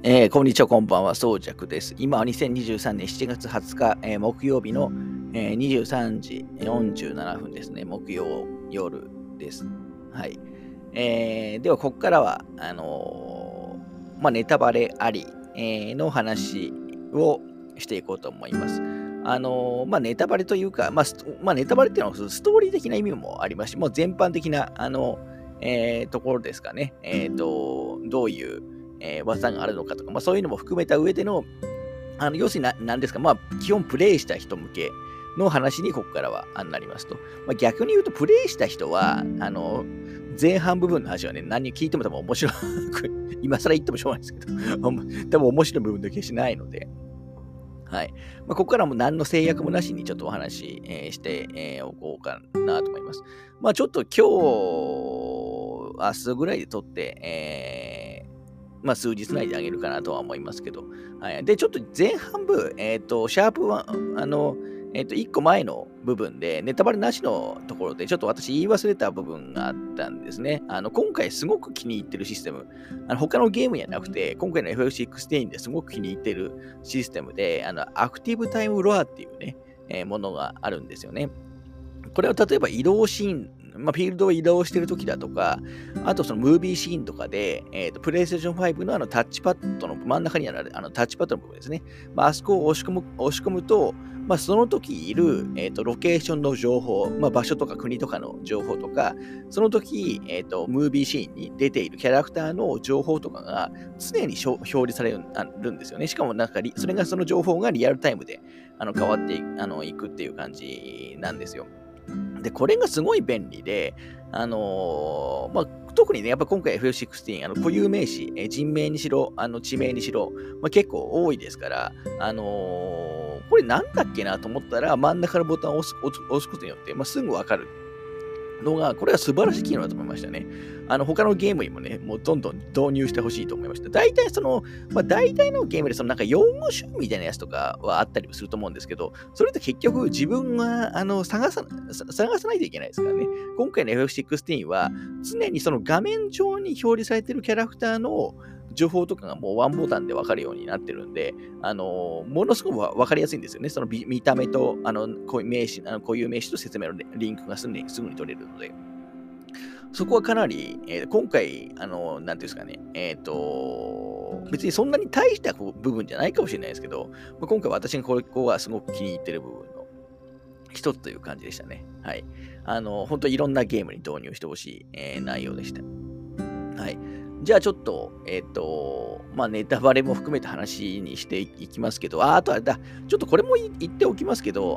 こんにちは、こんばんは、そうじゃくです。今は2023年7月20日、木曜日の、23時47分ですね。木曜夜です。はい。では、ここからは、ネタバレあり、の話をしていこうと思います。ネタバレというか、ネタバレっていうのはストーリー的な意味もありますし、もう全般的な、ところですかね。どういう、技があるのかとか、そういうのも含めた上での、要するになんですか、基本プレイした人向けの話にここからはなりますと。逆に言うと、プレイした人は、前半部分の話はね、何聞いても多分面白く、今更言ってもしょうがないですけど、多分面白い部分だけしないので、はい。ここからも何の制約もなしにちょっとお話、して、おこうかなと思います。ちょっと今日、明日ぐらいで撮って、数日内であげるかなとは思いますけど。はい。で、ちょっと前半部、シャープ1、1個前の部分で、ネタバレなしのところで、ちょっと私言い忘れた部分があったんですね。今回すごく気に入ってるシステム、他のゲームじゃなくて、今回の FF16 ですごく気に入ってるシステムで、アクティブタイムロアっていうね、ものがあるんですよね。これは例えば移動シーン、フィールドを移動してるときだとか、あとそのムービーシーンとかで、プレイステーション5のタッチパッドの真ん中にあるタッチパッドの部分ですね。あそこを押し込むと、その時いる、ロケーションの情報、場所とか国とかの情報とか、その時、ムービーシーンに出ているキャラクターの情報とかが常に表示されるんですよね。しかもそれがその情報がリアルタイムで変わっていくっていう感じなんですよ。で、これがすごい便利で、特にね、やっぱ今回 FF16、固有名詞、人名にしろ、地名にしろ、結構多いですから、これなんだっけなと思ったら、真ん中のボタンを押すことによって、すぐわかるのが、これは素晴らしい機能だと思いましたね。他のゲームにもね、もうどんどん導入してほしいと思いました。大体大体のゲームで用語集みたいなやつとかはあったりすると思うんですけど、それって結局自分が探さないといけないですからね。今回の FF16 は常にその画面上に表示されているキャラクターの情報とかがもうワンボタンで分かるようになってるんで、ものすごく分かりやすいんですよね。その見た目と、固有名詞と説明のリンクがすぐに取れるので。そこはかなり、今回、なんていうんですかね、別にそんなに大した部分じゃないかもしれないですけど、今回私がここがすごく気に入ってる部分の一つという感じでしたね。はい。本当いろんなゲームに導入してほしい、内容でした。はい。じゃあちょっと、ネタバレも含めた話にしていきますけど、あとあれだ、ちょっとこれも言っておきますけど、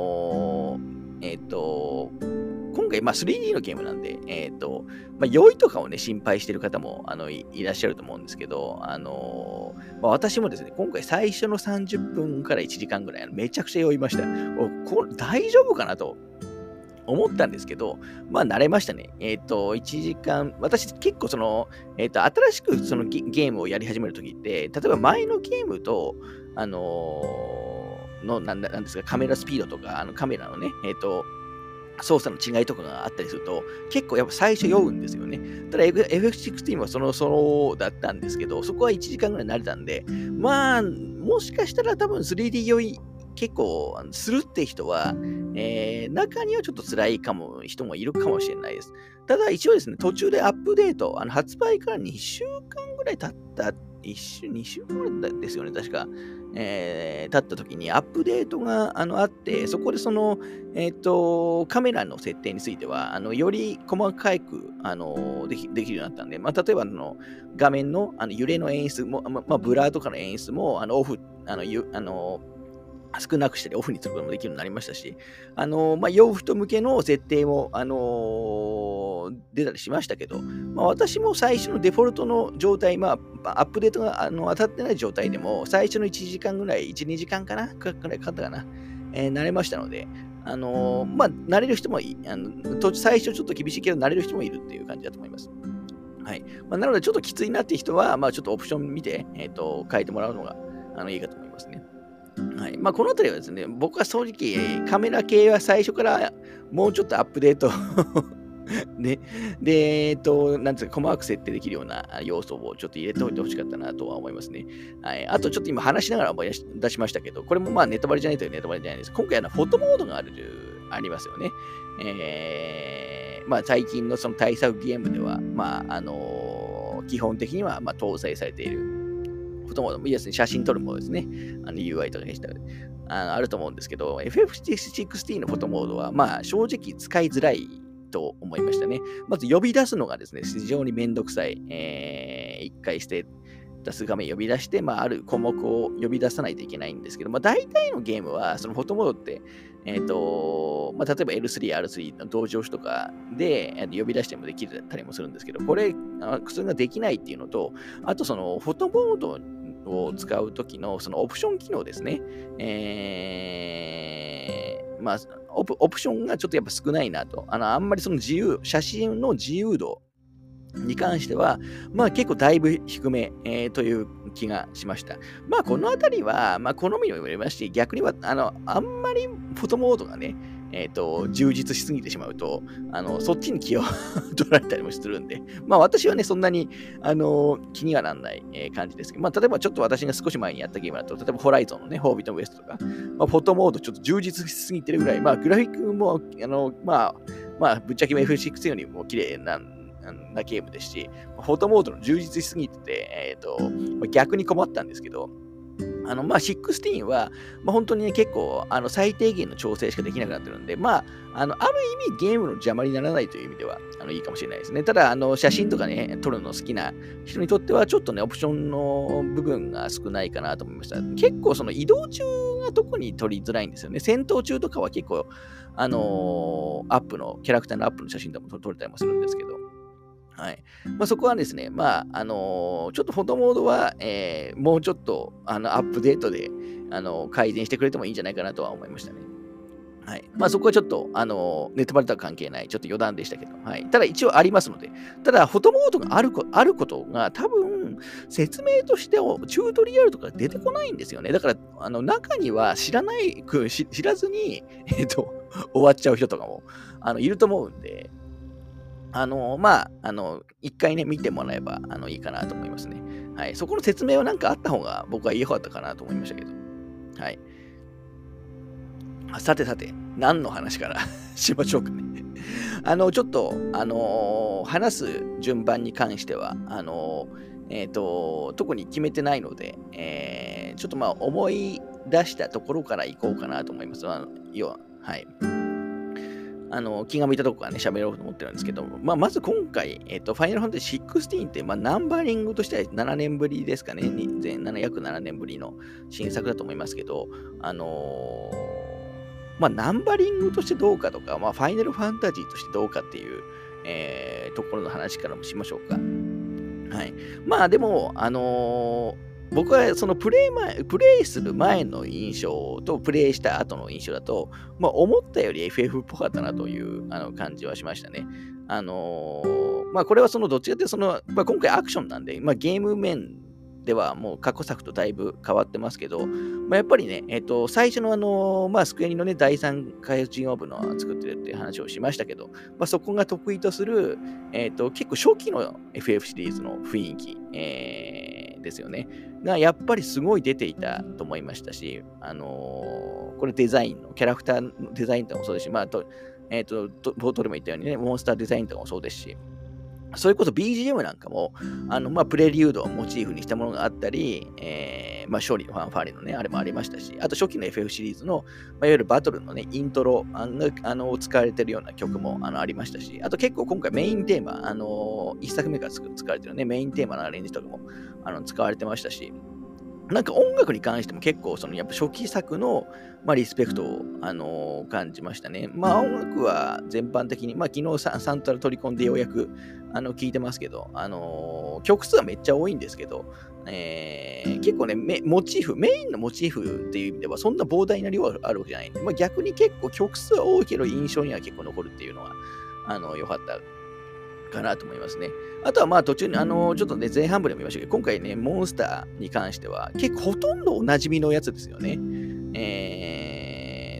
今回、3D のゲームなんで、酔いとかをね、心配してる方もいらっしゃると思うんですけど、私もですね、今回最初の30分から1時間ぐらい、めちゃくちゃ酔いました。これ大丈夫かなと思ったんですけど、慣れましたね。1時間、私結構新しくそのゲームをやり始めるときって、例えば前のゲームと、なんですか、カメラスピードとか、カメラのね、操作の違いとかがあったりすると、結構やっぱ最初酔うんですよね。ただ FF16 はそうだったんですけど、そこは1時間ぐらい慣れたんで、もしかしたら多分 3D 酔い結構するって人は、中にはちょっと辛い人もいるかもしれないです。ただ一応ですね、途中でアップデート、発売から2週間ぐらい経った、2週間ぐらいですよね、確か。経った時にアップデートがあって、そこでカメラの設定については、より細かくできるようになったんで、例えば画面の揺れの演出も、ブラーとかの演出もオフ、少なくしたりオフにすることもできるようになりましたし、酔う人向けの設定も、出たりしましたけど、私も最初のデフォルトの状態、アップデートが当たってない状態でも、最初の1時間ぐらい、1、2時間かなくらいかかったかな、慣れましたので、慣れる人も最初ちょっと厳しいけど、慣れる人もいるっていう感じだと思います。はい。なので、ちょっときついなっていう人は、ちょっとオプション見て、変えてもらうのがいいかと思いますね。はい。このあたりはですね、僕は正直、カメラ系は最初からもうちょっとアップデートなんつうか、細かく設定できるような要素をちょっと入れておいてほしかったなとは思いますね。はい。あと、ちょっと今話しながら思い出しましたけど、これもまあネタバレじゃないというネタバレじゃないです。今回フォトモードがありますよね。まあ最近のその対策ゲームでは、まあ、基本的にはまあ搭載されているフォトモードもいいですね。写真撮るものですね。UI とかにしたら。あると思うんですけど、FF16 のフォトモードは、まあ、正直使いづらいと思いましたね。まず呼び出すのがですね、非常にめんどくさい。一回ステータス画面呼び出して、まあ、ある項目を呼び出さないといけないんですけど、まあ、大体のゲームは、そのフォトモードって、まあ、例えば L3、R3 の同乗詞とかで呼び出してもできたりもするんですけど、これ、それができないっていうのと、あとそのフォトモードを使うときのそのオプション機能ですね。まあ、オプションがちょっとやっぱ少ないなと。あんまりその写真の自由度に関しては、まあ結構だいぶ低め、という気がしました。まあこのあたりは、まあ好みにもよりますし、逆には、あんまりフォトモードがね、充実しすぎてしまうと、そっちに気を取られたりもするんで、まあ私はね、そんなに、気にはならない、感じですけど、まあ例えばちょっと私が少し前にやったゲームだと、例えばホライゾンのね、ホービットウエストとか、まあフォトモードちょっと充実しすぎてるぐらい、まあグラフィックも、まあぶっちゃけ F6 よりも綺麗なゲームですし、フォトモードの充実しすぎてて、逆に困ったんですけど、まあ、16は、まあ、本当にね、結構、最低限の調整しかできなくなってるんで、まあ、ある意味、ゲームの邪魔にならないという意味では、いいかもしれないですね。ただ、写真とかね、撮るの好きな人にとっては、ちょっとね、オプションの部分が少ないかなと思いました。結構、その移動中が特に撮りづらいんですよね。戦闘中とかは結構、キャラクターのアップの写真とかも撮れたりもするんですけど、はい。まあ、そこはですね、まあ、ちょっとフォトモードは、もうちょっと、アップデートで、改善してくれてもいいんじゃないかなとは思いましたね。はい。まあ、そこはちょっと、ネタバレとは関係ない、ちょっと余談でしたけど、はい。ただ、一応ありますので、ただ、フォトモードがあることが、多分、説明としては、チュートリアルとか出てこないんですよね。だから、中には知らずに、終わっちゃう人とかも、いると思うんで、まあ、一回ね、見てもらえば、いいかなと思いますね。はい。そこの説明はなんかあった方が僕は良かったかなと思いましたけど。はい。さてさて、何の話からしましょうかね。ちょっと、話す順番に関しては、特に決めてないので、ちょっとまあ、思い出したところから行こうかなと思います。要は、はい。気が向いたとこからね、喋ろうと思ってるんですけど、まあ、まず今回、ファイナルファンタジー16って、まあ、ナンバリングとしては7年ぶりですかね、約7年ぶりの新作だと思いますけど、まあ、ナンバリングとしてどうかとか、まあ、ファイナルファンタジーとしてどうかっていう、ところの話からもしましょうか。はい。まあ、でも、僕はそのプレイする前の印象とプレイした後の印象だと、まあ、思ったより FF っぽかったなという感じはしましたね。まあ、これはそのどっちかというとまあ、今回アクションなんで、まあ、ゲーム面ではもう過去作とだいぶ変わってますけど、まあ、やっぱりね、最初のまあ、スクエニのね、第三開発事業部の作ってるっていう話をしましたけど、まあ、そこが得意とする、結構初期の FF シリーズの雰囲気、ですよね。が、やっぱりすごい出ていたと思いましたし、これデザインの、キャラクターのデザインとかもそうですし、まあ、冒頭でも言ったようにね、モンスターデザインとかもそうですし、それこそ BGM なんかも、まあ、プレリュードをモチーフにしたものがあったり、まあ、勝利のファンファーレのね、あれもありましたし、あと初期の FF シリーズの、まあ、いわゆるバトルのね、イントロが使われてるような曲もありましたし、あと結構今回メインテーマ、一作目から使われてるね、メインテーマのアレンジとかも使われてましたし、なんか音楽に関しても結構やっぱ初期作の、まあ、リスペクトを、感じましたね。まあ音楽は全般的に、まあ昨日サントラ取り込んでようやく聞いてますけど、曲数はめっちゃ多いんですけど、結構ね、メインのモチーフっていう意味ではそんな膨大な量あるわけじゃないんで、まあ逆に結構曲数は多いけど印象には結構残るっていうのは、良かったかなと思いますね。あとはまあ途中にちょっとね前半部でも言いましたけど、今回ね、モンスターに関しては結構ほとんどおなじみのやつですよね。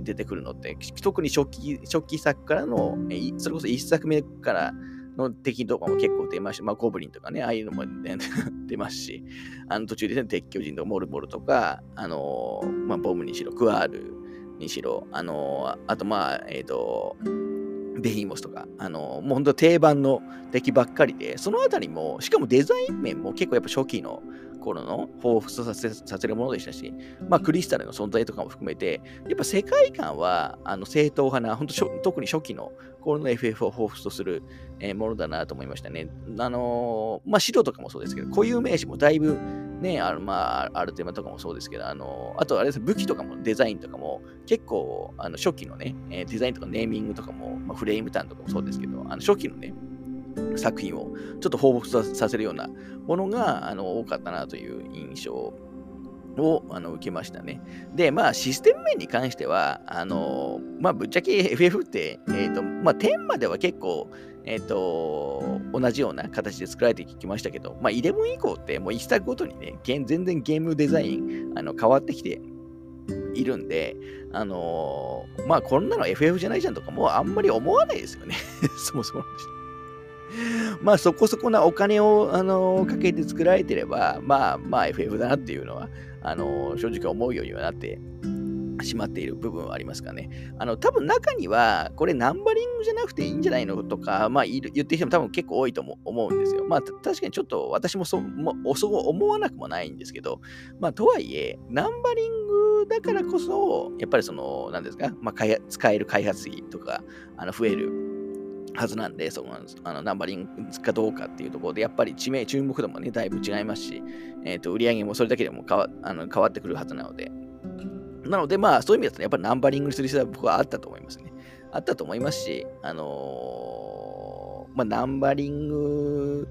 出てくるのって、特に初期作からの、それこそ1作目からの敵とかも結構出まして、まあ、ゴブリンとかね、ああいうのも、ね、出ますし、途中でね、鉄巨人とかモルモルとか、まあ、ボムにしろ、クワールにしろ、あと、まあ、ベヒモスとか、もう本当定番の敵ばっかりで、そのあたりも、しかもデザイン面も結構やっぱ初期の頃の彷彿とさせるものでしたし、まあクリスタルの存在とかも含めて、やっぱ世界観は正統派な、本当特に初期の頃の FF を彷彿とする、ものだなと思いましたね。まあ白とかもそうですけど、固有名詞もだいぶね、まあ、アルテマとかもそうですけど、あとあれですね、武器とかもデザインとかも結構、初期のね、デザインとかネーミングとかも、まあ、フレームターンとかもそうですけど、初期のね、作品をちょっと彷彿とさせるようなものが多かったなという印象を受けましたね。で、まあ、システム面に関しては、まあ、ぶっちゃけ FF って、まあ、10までは結構、同じような形で作られてきましたけど、まあ、11以降ってもう一作ごとにね、全然ゲームデザイン変わってきているんで、まあ、こんなの FF じゃないじゃんとかもうあんまり思わないですよね。そもそも。まあそこそこなお金をかけて作られてれば、まあ FF だなっていうのは正直思うようにはなってしまっている部分はありますかね。多分中にはこれナンバリングじゃなくていいんじゃないのとか、まあ言ってる人も多分結構多いと思うんですよ。まあ確かにちょっと私もそう思わなくもないんですけど、まあとはいえナンバリングだからこそやっぱり何ですか、まあ使える開発費とか増えるはずなんで、ナンバリングかどうかっていうところで、やっぱり注目度もね、だいぶ違いますし、売り上げもそれだけでも変わってくるはずなので、まあ、そういう意味だと、ね、やっぱりナンバリングする必要は僕はあったと思いますね。あったと思いますし、まあ、ナンバリング、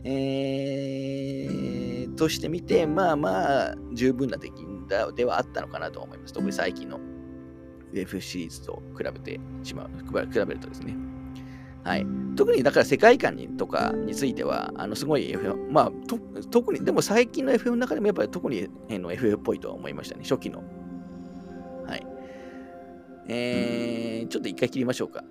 としてみて、まあ、十分な出来ではあったのかなと思います。特に最近の FF シリーズと比べるとですね。はい、特にだから世界観とかについては、すごい FF、まあ、特に、でも最近の FF の中でもやっぱり特にFF っぽいとは思いましたね、初期の。はい。ちょっと一回切りましょうか。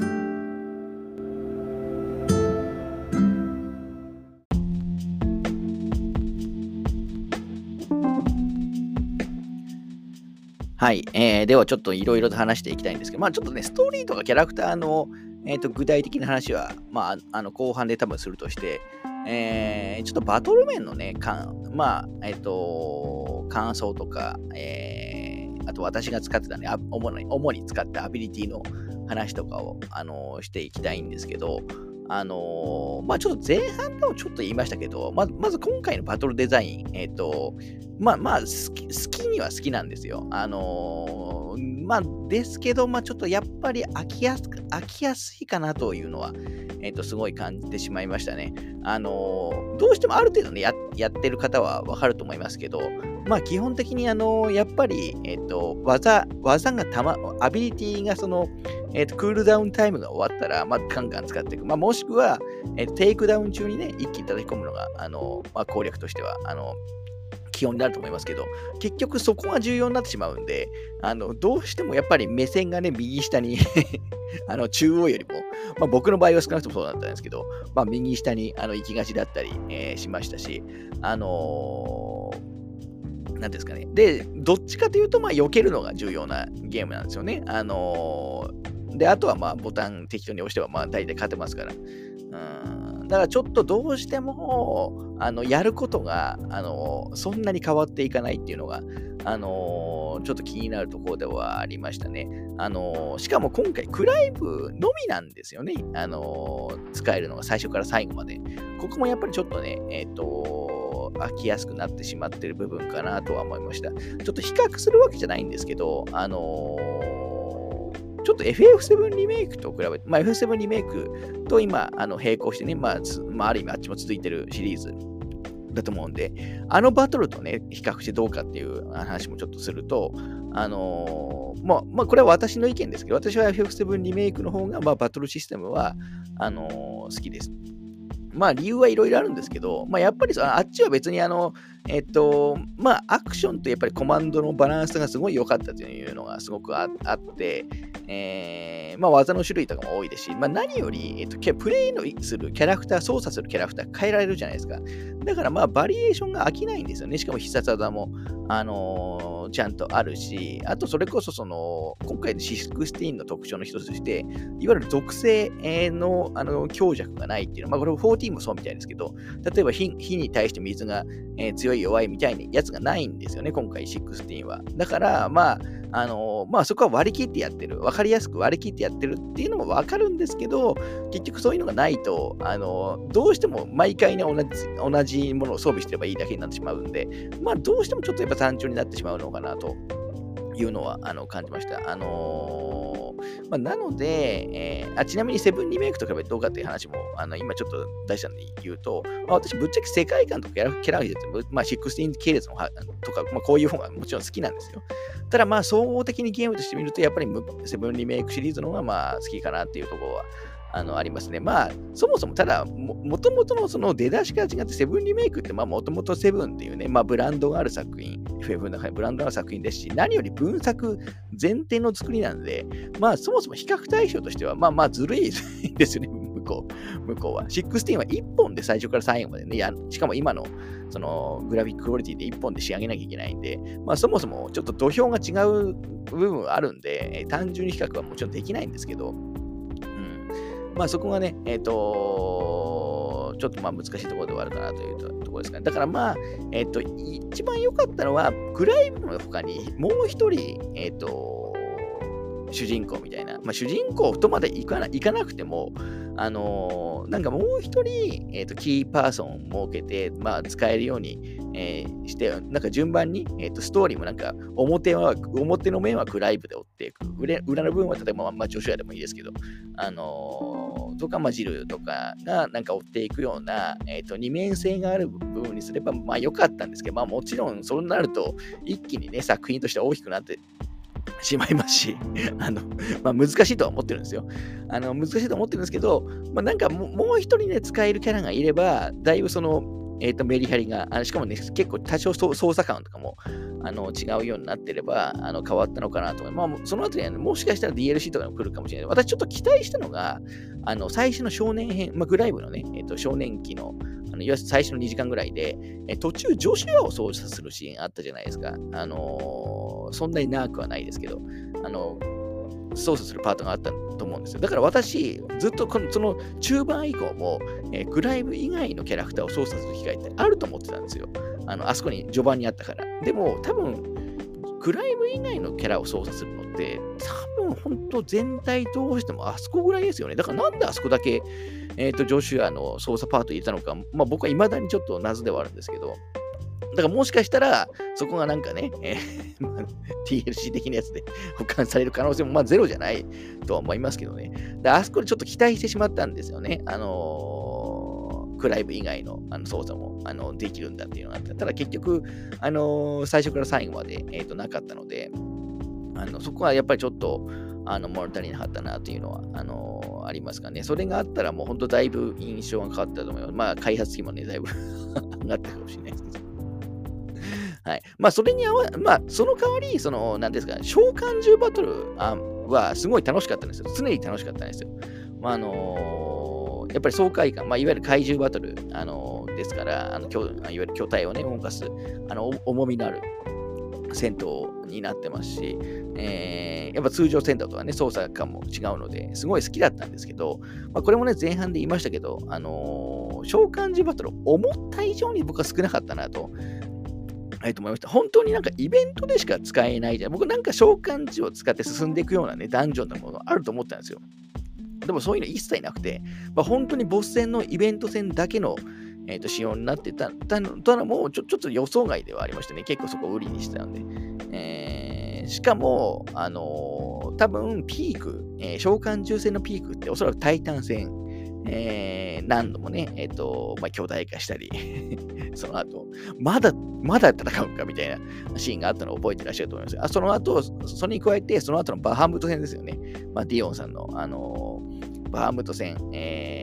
はい。ではちょっといろいろと話していきたいんですけど、まあちょっとね、ストーリーとかキャラクターの具体的な話は、まあ、後半で多分するとして、ちょっとバトル面のね、まあ、感想とか、あと私が使ってたね、主に使ったアビリティの話とかを、していきたいんですけど、まあちょっと前半でもちょっと言いましたけど、まず今回のバトルデザイン、まあ好きには好きなんですよ。まあですけど、まあちょっとやっぱり飽きやすいかなというのは、すごい感じてしまいましたね。どうしてもある程度ね、やってる方はわかると思いますけど、まあ基本的にやっぱり、技がアビリティがクールダウンタイムが終わったら、まあガンガン使っていく。まあもしくは、テイクダウン中にね、一気に叩き込むのが、まあ攻略としては、基本になると思いますけど、結局そこが重要になってしまうんで、どうしてもやっぱり目線がね、右下に中央よりも、まあ僕の場合は少なくともそうだったんですけど、まあ右下に行きがちだったり、しましたし、なんですかね。で、どっちかというと、まあ避けるのが重要なゲームなんですよね。で、あとはまあボタン適当に押してはまあ大体勝てますから。だからちょっとどうしても、やることが、そんなに変わっていかないっていうのが、ちょっと気になるところではありましたね。しかも今回、クライブのみなんですよね。使えるのが最初から最後まで。ここもやっぱりちょっとね、飽きやすくなってしまってる部分かなとは思いました。ちょっと比較するわけじゃないんですけど、ちょっと FF7 リメイクと比べて、まあ、FF7 リメイクと今、並行してね、まあ、ある意味あっちも続いてるシリーズだと思うんで、バトルとね、比較してどうかっていう話もちょっとすると、まあ、これは私の意見ですけど、私は FF7 リメイクの方が、まあ、バトルシステムは、好きです。まあ理由はいろいろあるんですけど、まあやっぱりあっちは別にまあ、アクションとやっぱりコマンドのバランスがすごい良かったというのがすごくあって、まあ、技の種類とかも多いですし、まあ、何より、プレイのするキャラクター、操作するキャラクター変えられるじゃないですか。だからまあ、バリエーションが飽きないんですよね。しかも必殺技も、ちゃんとあるし、あとそれこそ今回の16の特徴の一つとして、いわゆる属性の、強弱がないっていうのは、まあ、これ14もそうみたいですけど、例えば火に対して水が、強い弱いみたいなやつがないんですよね、今回16は。だから、まあ、まあ、そこは割り切ってやってる。わかりやすく割り切ってやってるっていうのもわかるんですけど、結局そういうのがないと、どうしても毎回ね、同じものを装備してればいいだけになってしまうんで、まあ、どうしてもちょっとやっぱ単調になってしまうのかなというのは感じました。まあ、なので、ちなみにセブンリメイクと比べてどうかっていう話も、今ちょっと大事なので言うと、まあ、私ぶっちゃけ世界観とかキャラクター、まあ、16系列のとか、まあ、こういう方がもちろん好きなんですよ。ただまあ総合的にゲームとして見ると、やっぱりセブンリメイクシリーズの方がまあ好きかなっていうところはありますね。まあ、そもそもただ、もともとのその出だしから違って、セブンリメイクって、まあ、もともとセブンっていうね、まあ、ブランドがある作品、FF の中にブランドがある作品ですし、何より分作前提の作りなんで、まあ、そもそも比較対象としては、まあまあ、ずるいですよね、向こうは。16は1本で最初から最後までね、しかも今の、そのグラフィッククオリティで1本で仕上げなきゃいけないんで、まあ、そもそもちょっと土俵が違う部分はあるんで、単純に比較はもちろんできないんですけど、まあそこがね、ちょっとまあ難しいところではあるかなというところですかね。だからまあ、一番良かったのは、グライブの他にもう一人、主人公みたいな、まあ、主人公とまでいかなくても、なんかもう一人、キーパーソンを設けて、まあ、使えるように、して、なんか順番に、ストーリーもなんか表の面はクライブで追っていく。裏の部分は例えば、まあ、ジョシュアでもいいですけど、とか、まあ、ジルとかがなんか追っていくような、二面性がある部分にすれば、まあ良かったんですけど、まあもちろんそうなると、一気にね、作品として大きくなってしまいますし、まあ、難しいとは思ってるんですよ。難しいと思ってるんですけど、まあ、なんかもう一人ね、使えるキャラがいれば、だいぶその、メリハリが、しかもね、結構多少操作感とかも違うようになってれば変わったのかなと思います。まあ、その後には、ね、もしかしたら DLC とかも来るかもしれない。私ちょっと期待したのが、最初の少年編、まあ、グライブのね、少年期の、いわゆる最初の2時間ぐらいで、途中、ジョシュアを操作するシーンあったじゃないですか。そんなに長くはないですけど、操作するパートがあったと思うんですよ。だから私、ずっとその中盤以降も、グライブ以外のキャラクターを操作する機会ってあると思ってたんですよ。あそこに序盤にあったから。でも、多分、グライブ以外のキャラを操作するのって、多分、本当全体通してもあそこぐらいですよね。だからなんであそこだけ、ジョシュアの操作パート入れたのか、まあ僕は未だにちょっと謎ではあるんですけど、だからもしかしたら、そこがなんかね、TLC 的なやつで保管される可能性もまあゼロじゃないとは思いますけどね。あそこでちょっと期待してしまったんですよね。クライブ以外の操作もできるんだっていうのがあった。ただ結局、最初から最後まで、なかったので、そこはやっぱりちょっと物足りなかったなというのは、ありますかね。それがあったらもう本当だいぶ印象が変わったと思います。まあ開発費もね、だいぶ上がったかもしれないですけど。はい。まあ、それにまあ、その代わり、なんですかね、召喚獣バトルはすごい楽しかったんですよ。常に楽しかったんですよ。まあ、やっぱり爽快感、まあ、いわゆる怪獣バトル、ですから、いわゆる巨体をね、動かす、重みのある戦闘になってますし、やっぱ通常戦闘とはね、操作感も違うので、すごい好きだったんですけど、まあ、これもね、前半で言いましたけど、召喚獣バトル、思った以上に僕は少なかったなと。と思いました。本当になんかイベントでしか使えないじゃん。僕なんか召喚獣を使って進んでいくようなね、ダンジョンのものあると思ったんですよ。でもそういうの一切なくて、まあ、本当にボス戦のイベント戦だけの、仕様になってたのもちょっと予想外ではありましたね。結構そこを売りにしてたので。しかも、多分ピーク、召喚獣戦のピークっておそらくタイタン戦、何度もね、まあ、巨大化したり、その後、まだ戦うかみたいなシーンがあったのを覚えてらっしゃると思います。その後、それに加えて、その後のバハムト戦ですよね。まあ、ディオンさんの、バハムト戦、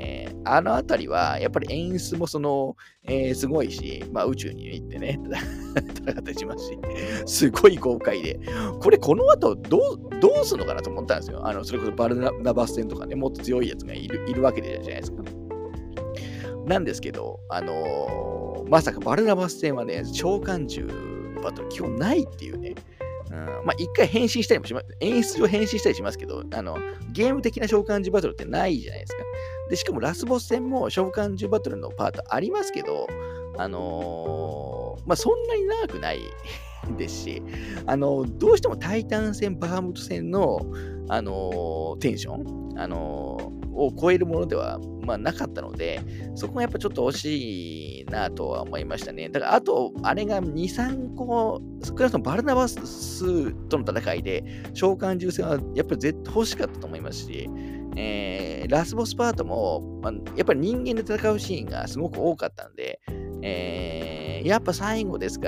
あのあたりは、やっぱり演出もすごいし、まあ宇宙に行ってね、戦ったりしますし、すごい豪快で、この後どうするのかなと思ったんですよ。それこそバルナバス戦とかね、もっと強いやつがいるわけじゃないですか。なんですけど、まさかバルナバス戦はね、召喚獣バトル基本ないっていうね。まあ、一回変身したりもします。演出上変身したりしますけど、ゲーム的な召喚獣バトルってないじゃないですか。で、しかもラスボス戦も召喚獣バトルのパートありますけど、まあ、そんなに長くないですし、どうしてもタイタン戦、バハムト戦の、テンション、を超えるものでは、まあ、なかったので、そこがやっぱちょっと惜しいなとは思いましたね。だから、あと、あれが2、3個、少なくともバルナバスとの戦いで、召喚獣戦はやっぱり絶対欲しかったと思いますし、ラスボスパートも、まあ、やっぱり人間で戦うシーンがすごく多かったんで、やっぱ最後ですから、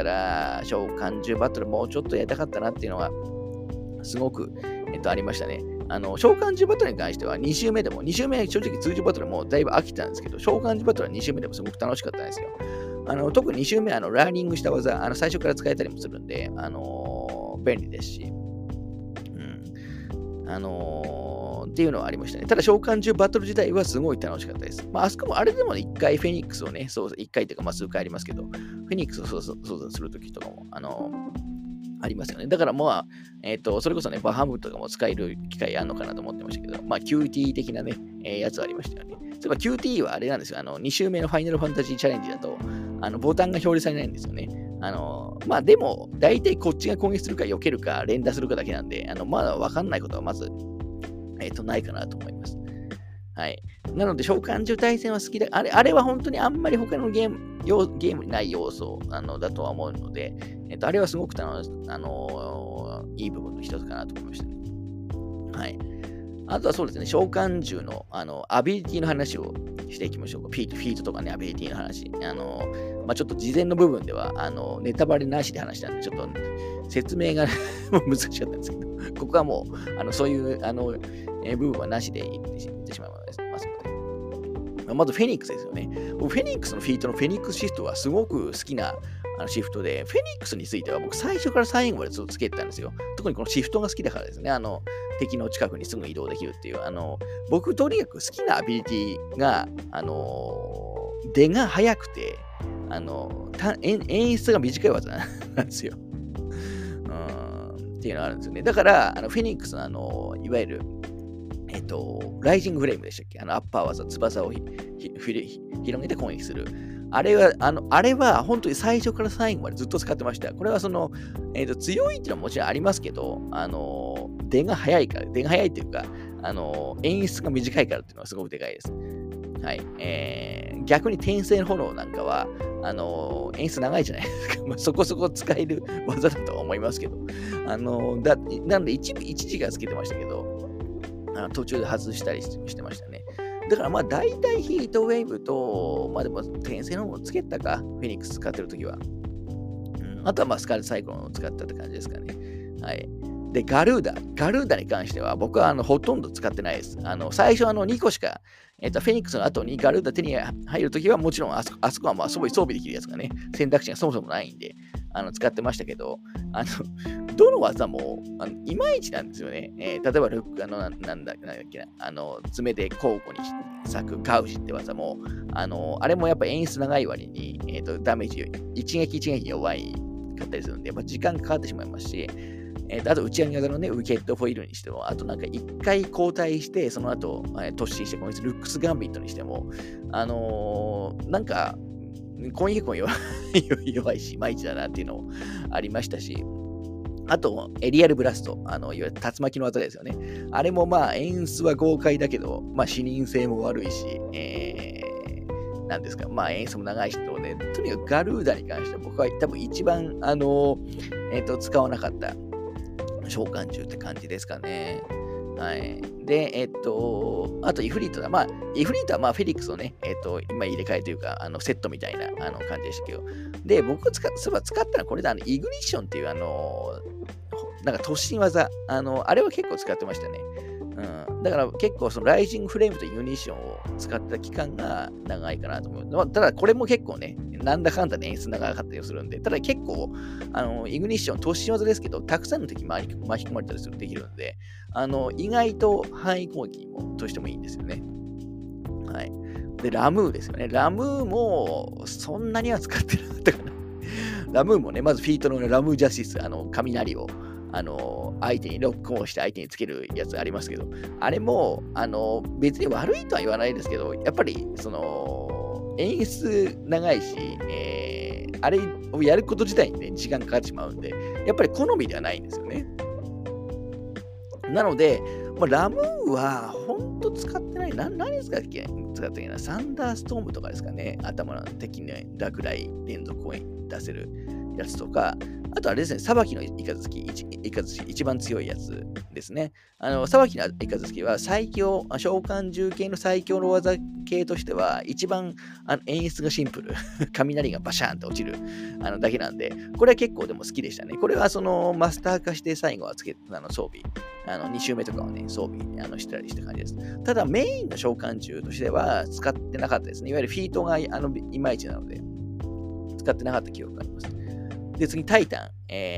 召喚獣バトルもうちょっとやりたかったなっていうのは、すごく、ありましたね。召喚獣バトルに関しては2周目でも、2周目正直通常バトルもだいぶ飽きたんですけど、召喚獣バトルは2周目でもすごく楽しかったんですよ。特に2周目はラーニングした技、最初から使えたりもするんで、便利ですし、っていうのはありましたね。ただ召喚獣バトル自体はすごい楽しかったです。まあ、あそこもあれでも1回フェニックスをね、1回というかまあ数回ありますけど、フェニックスを操作するときとかも、ありますよね。だからまあ、それこそね、バハムとかも使える機会あるのかなと思ってましたけど、まあ QT 的なね、やつはありましたよね。そういえば QT はあれなんですよ。2周目のファイナルファンタジーチャレンジだと、ボタンが表示されないんですよね。まあでも、大体こっちが攻撃するか避けるか連打するかだけなんで、まだわかんないことはまず、ないかなと思います。はい。なので、召喚獣対戦は好きだ。あれは本当にあんまり他のゲームにない要素だとは思うので、あれはすごくいい部分の一つかなと思いましたね。はい。あとはそうですね、召喚獣のアビリティの話をしていきましょうか。フィートとかね、アビリティの話。まあ、ちょっと事前の部分では、ネタバレなしで話したんで、ちょっと説明が難しかったんですけど、ここはもう、そういう部分はなしで言ってしまいますので。まずフェニックスですよね。僕フェニックスのフィートのフェニックスシフトはすごく好きなシフトで、フェニックスについては僕最初から最後までずっとつけてたんですよ。特にこのシフトが好きだからですね。敵の近くにすぐ移動できるっていう。僕とにかく好きなアビリティが、出が速くて、演出が短い技なんですよ。っていうのがあるんですよね。だから、フェニックスのいわゆる、ライジングフレームでしたっけ？アッパー技、翼を広げて攻撃する。あれは本当に最初から最後までずっと使ってました。これは強いっていうのはもちろんありますけど、出が速いっていうか、演出が短いからっていうのはすごくでかいです。はい。逆に転生の炎なんかは、演出長いじゃないですか。まあ、そこそこ使える技だとは思いますけど。なので一時がつけてましたけど、途中で外したりしてましたね。だからまあ大体ヒートウェーブと、まあでも転生の方もつけたか、フェニックス使ってるときは。あとはまあスカーレットサイクロンを使ったって感じですかね。はい。で、ガルーダに関しては僕はほとんど使ってないです。最初2個しか、フェニックスの後にガルーダ手に入るときはもちろんあそこはまあ装備できるやつがね、選択肢がそもそもないんで、使ってましたけど、どの技もいまいちなんですよね。例えばなんだっけな、爪で交互に咲くガウジって技も、あれもやっぱ演出長い割に、ダメージ一撃弱いかったりするんで、時間かかってしまいますし、あと打ち上げ技のね、ウィケットフォイルにしても、あとなんか一回交代して、その後、突進して攻撃するルックスガンビットにしても、なんか、攻撃力も弱いし、いまいちだなっていうのもありましたし、あと、エリアルブラスト、いわゆる竜巻の技ですよね。あれもまあ演出は豪快だけど、まあ視認性も悪いし、なんですか、まあ演出も長いしので、とにかくガルーダに関しては僕は多分一番、使わなかった召喚獣って感じですかね。はい。で、あとイフリートだ。まあ、イフリートはまあフェリックスをね、今入れ替えというか、セットみたいな感じでしたけど。で、僕が使ったのはこれだ、イグニッションっていうなんか突進技、あれは結構使ってましたね。だから結構ライジングフレームとイグニッションを使った期間が長いかなと思う。まあ、ただ、これも結構ね、なんだかんだで演出長かったりするんで、ただ結構、イグニッション、突進技ですけど、たくさんの敵巻き込まれたりするできるんで、意外と範囲攻撃としてもいいんですよね。はい。で、ラムーですよね。ラムーも、そんなには使ってなかったかな。ラムーもね、まずフィートのラムージャスティス、雷を、相手にロックオンして相手につけるやつありますけど、あれも、別に悪いとは言わないですけど、やっぱり、演出長いし、あれをやること自体にね、時間かかってしまうんで、やっぱり好みではないんですよね。なので、まあ、ラムーは本当使ってない。何使ってっけな。サンダーストームとかですかね。頭の敵に落雷連続攻撃出せるやつとか、あとあれですね、裁きのイカズチ、一番強いやつですね。裁きのイカズチは最強、召喚獣系の最強の技系としては、一番演出がシンプル。雷がバシャーンと落ちるだけなんで、これは結構でも好きでしたね。これはマスター化して最後は装備、2周目とかをね、装備してたりした感じです。ただメインの召喚獣としては使ってなかったですね。いわゆるフィートがいまいちなので、使ってなかった記憶があります。で、次、タイタン。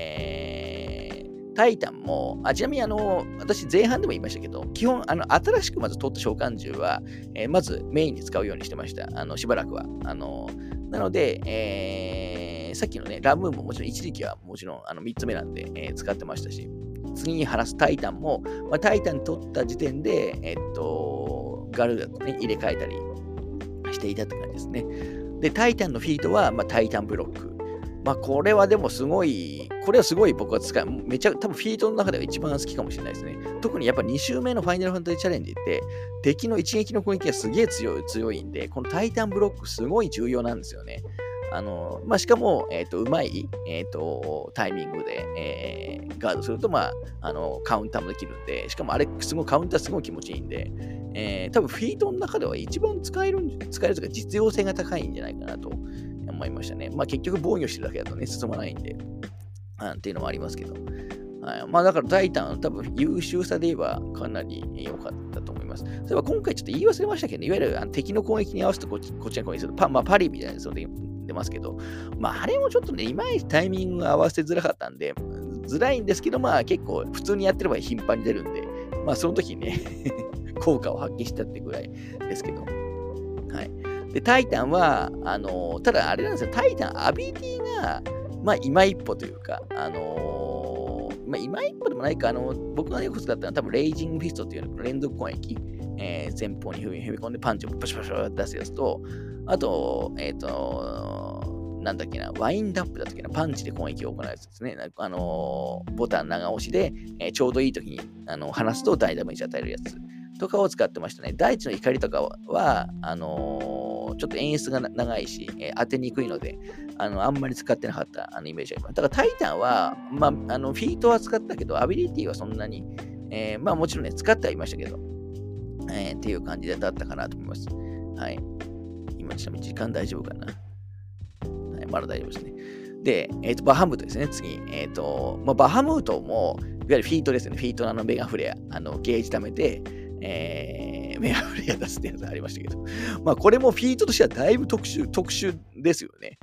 タイタンも、ちなみに私前半でも言いましたけど、基本、新しくまず取った召喚獣は、まずメインに使うようにしてました。しばらくは。なので、さっきのね、ラムーンももちろん一時期はもちろん3つ目なんで、使ってましたし、次に話すタイタンも、タイタン取った時点で、ガルダとね、入れ替えたりしていたって感じですね。で、タイタンのフィートは、タイタンブロック。これはでもすごい、これはすごい僕は多分フィートの中では一番好きかもしれないですね。特にやっぱ2周目のファイナルファンタジーチャレンジって、敵の一撃の攻撃がすげえ強いんで、このタイタンブロックすごい重要なんですよね。しかも、うまい、タイミングで、ガードすると、カウンターもできるんで、しかもあれ、カウンターすごい気持ちいいんで、多分フィートの中では一番使えるというか、実用性が高いんじゃないかなと思いましたね。結局防御してるだけだとね、進まないんで、っていうのもありますけど。はい、だからタイタン、多分優秀さで言えばかなり良かったと思います。そういえば今回ちょっと言い忘れましたけど、いわゆる敵の攻撃に合わせてこっちの攻撃するパリみたいなやつで出ますけど、あれもちょっとね、いまいちタイミングが合わせづらかったんで、づらいんですけど、結構普通にやってれば頻繁に出るんで、その時にね、効果を発揮したってぐらいですけど。はい。で、タイタンは、ただあれなんですよ、タイタン、アビリティが、今一歩というか、今一歩でもないか、僕がよく使ったのは多分、レイジングフィストっていうの連続攻撃、前方に踏み込んでパンチをパシャパシャ出すやつと、あと、なんだっけな、ワインドアップだったっけな、パンチで攻撃を行うやつですね。ボタン長押しで、ちょうどいい時に離すと大ダメージ与えるやつとかを使ってましたね。大地の怒りとかは、ちょっと演出が長いし、当てにくいので、あんまり使ってなかったイメージがあります。だからタイタンは、フィートは使ったけど、アビリティはそんなに、もちろんね、使ってはいましたけど、っていう感じだったかなと思います。はい。今ちなみに時間大丈夫かな？はい、まだ大丈夫ですね。で、バハムートですね、次。バハムートも、いわゆるフィートですね。フィートのメガフレア、ゲージ貯めて、メガフレア出すってやつありましたけど、これもフィートとしてはだいぶ特殊ですよね。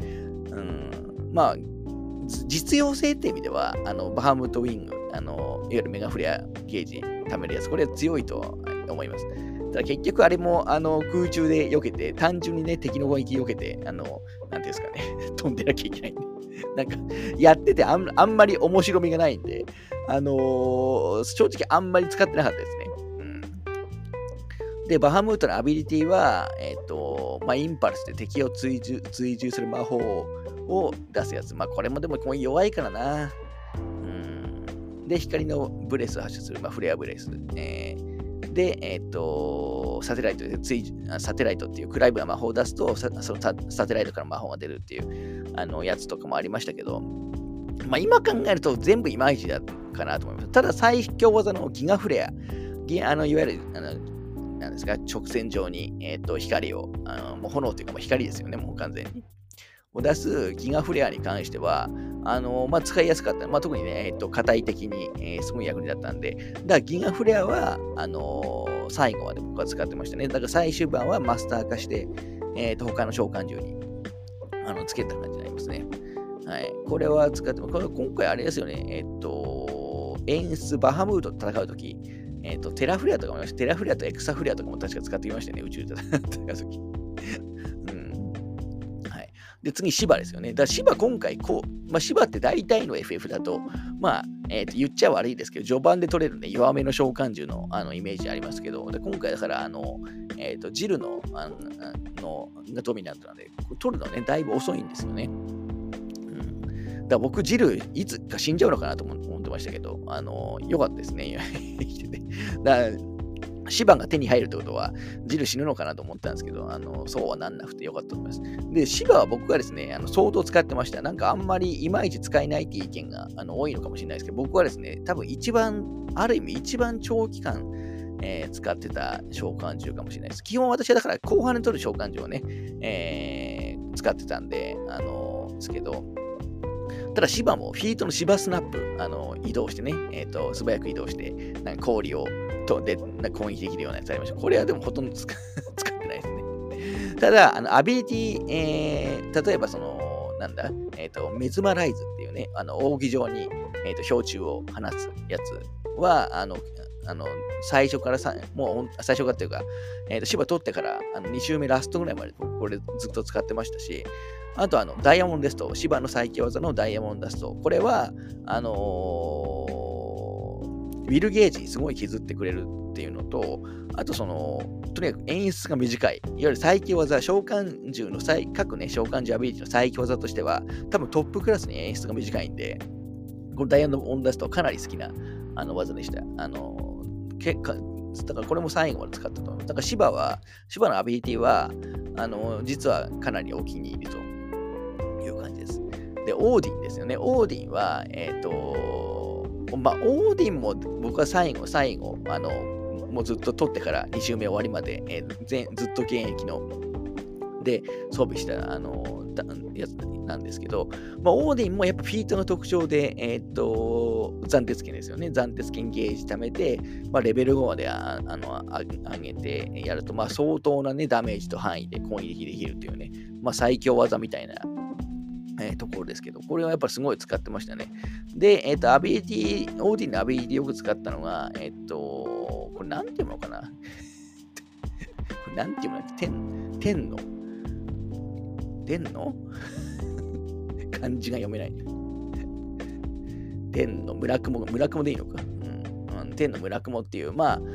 実用性って意味では、バハムートウィング、いわゆるメガフレアゲージ貯めるやつ、これは強いと思います。ただ結局あれも空中で避けて、単純にね、敵の攻撃避けて、なんていうんですかね、飛んでなきゃいけないんで、なんか、やっててあんまり面白みがないんで、正直あんまり使ってなかったですね。で、バハムートのアビリティは、インパルスで敵を追従する魔法を出すやつ。これもでも弱いからな。で、光のブレスを発射する、フレアブレス。で、サテライトっていう暗い魔法を出すと、そのサテライトから魔法が出るっていうやつとかもありましたけど、今考えると全部いまいちだかなと思います。ただ、最強技のギガフレア、いわゆる、なんですか、直線上に、光を、もう炎というかもう光ですよね、もう完全に。を出すギガフレアに関しては、使いやすかった。特にね、硬い敵に、すごい役に立ったんで、だからギガフレアは、 最後まで僕は使ってましたね。だから最終盤はマスター化して、他の召喚獣につけた感じになりますね。はい。これは使っても、これ今回あれですよね。演出バハムートと戦うとき、テラフレアとかもありました。テラフレアとエクサフレアとかも確か使ってきましたね。宇宙で戦うとき。はい。で、次、シバですよね。だからシバ今回シバって大体の FF だと、言っちゃ悪いですけど、序盤で取れるね、弱めの召喚獣のイメージありますけど、で今回だから、ジルのがドミナントなんで、取るのね、だいぶ遅いんですよね。だから僕、ジル、いつか死んじゃうのかなと思ってましたけど、よかったですね、生きてて。だからシバが手に入るってことは、ジル死ぬのかなと思ったんですけど、そうはなんなくてよかったと思います。で、シバは僕がですね、相当使ってました。なんかあんまりいまいち使えないっていう意見が多いのかもしれないですけど、僕はですね、多分ある意味一番長期間、使ってた召喚獣かもしれないです。基本私はだから後半で取る召喚獣をね、使ってたんで、ですけど、ただ、シバもフィートのシバスナップ、移動してね、素早く移動して、なんか氷をで攻撃できるようなやつありました。これはでもほとんど使ってないですね。ただ、アビリティ、例えばメズマライズっていうね、扇状に、氷柱を放つやつは、最初からもう最初からっていうか、シバ取ってから2周目ラストぐらいまでこれずっと使ってましたし、あとダイヤモンドダスト、シバの最強技のダイヤモンドダスト、これは、ウィルゲージすごい削ってくれるっていうのと、あととにかく演出が短い。いわゆる最強技、召喚獣の各ね、召喚獣アビリティの最強技としては、多分トップクラスに演出が短いんで、このダイヤモンドダストはかなり好きな技でした。だからこれも最後まで使ったと思います。だからシバのアビリティは、実はかなりお気に入りという感じです。で、オーディンですよね。オーディンは、オーディンも僕は最後、もうずっと取ってから2周目終わりまで、ずっと現役ので装備したやつなんですけど、オーディンもやっぱフィートの特徴で、暫定剣ですよね。暫定剣ゲージ貯めて、レベル5まで上げてやると、相当なね、ダメージと範囲で攻撃できるっていうね、最強技みたいなところですけど、これはやっぱりすごい使ってましたね。で、アビリティ、オーディンのアビリティよく使ったのが、これなんていうのかなこれなんていうの天の漢字が読めない。天の村雲でいいのか。天の村雲っていう、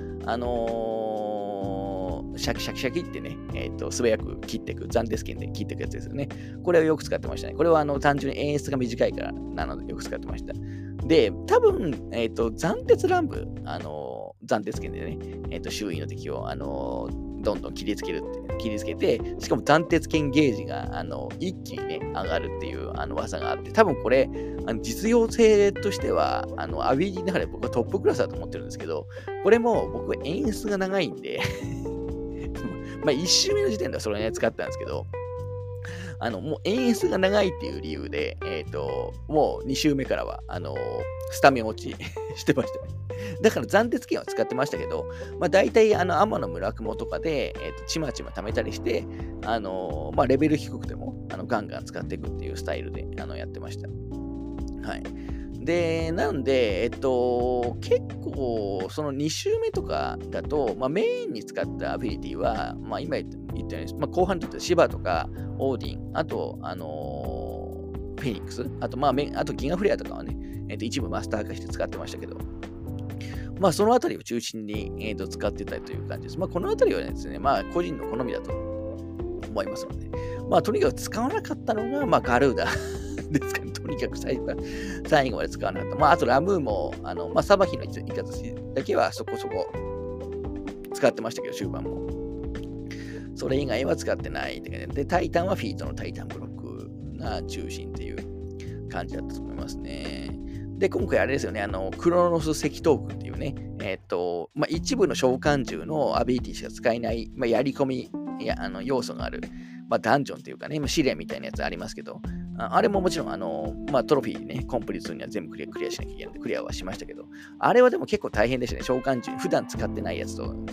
シャキシャキシャキってね、素早く切っていく、暫定剣で切っていくやつですよね。これをよく使ってましたね。これは単純に演出が短いからなのでよく使ってました。で、多分、暫定乱舞、暫定剣でね、周囲の敵を、どんどん切りつけて、しかも暫定剣ゲージが一気にね、上がるっていう技があって、多分これ、実用性としては、アビリティの中で僕はトップクラスだと思ってるんですけど、これも僕は演出が長いんで、1周目の時点ではそれね、使ったんですけど、もう演出が長いっていう理由で、もう2周目からは、スタメン落ちしてましたね。だから暫定剣は使ってましたけど、大体、天の村雲とかで、ちまちま貯めたりして、レベル低くても、ガンガン使っていくっていうスタイルで、やってました。はい。で、なんで、結構、その2周目とかだと、メインに使ったアビリティは、今言ったように、後半にとってシバとか、オーディン、あと、フェニックス、あとギガフレアとかはね、一部マスター化して使ってましたけど、そのあたりを中心に、使ってたという感じです。このあたりはですね、個人の好みだと思いますので、とにかく使わなかったのが、ガルーダですかね。とにかく最後まで使わなかった。あとラムーも、サバヒのイカズシだけはそこそこ使ってましたけど、終盤も。それ以外は使ってないって感じで、タイタンはフィートのタイタンブロックが中心っていう感じだったと思いますね。で、今回あれですよね、クロノス赤トークンっていうね、一部の召喚獣のアビリティしか使えない、やり込み要素がある、ダンジョンっていうかね、試練みたいなやつありますけど、あれももちろん、トロフィーね、コンプリートするには全部クリアしなきゃいけないので、クリアはしましたけど、あれはでも結構大変でしたね。召喚獣、普段使ってないやつとかに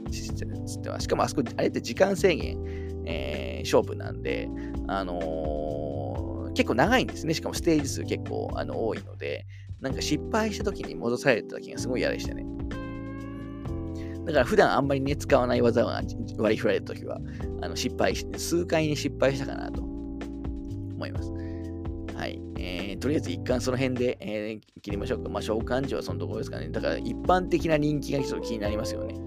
つっては。しかもあそこ、あれって時間制限、勝負なんで、結構長いんですね。しかもステージ数結構多いので、なんか失敗した時に戻された時がすごい嫌でしたね。だから普段あんまりね、使わない技を割り振られた時は、失敗して、数回に失敗したかなと思います。はい。とりあえず一貫その辺で、切りましょうか。まあ、召喚獣はそのところですかね。だから一般的な人気がちょっと気になりますよね。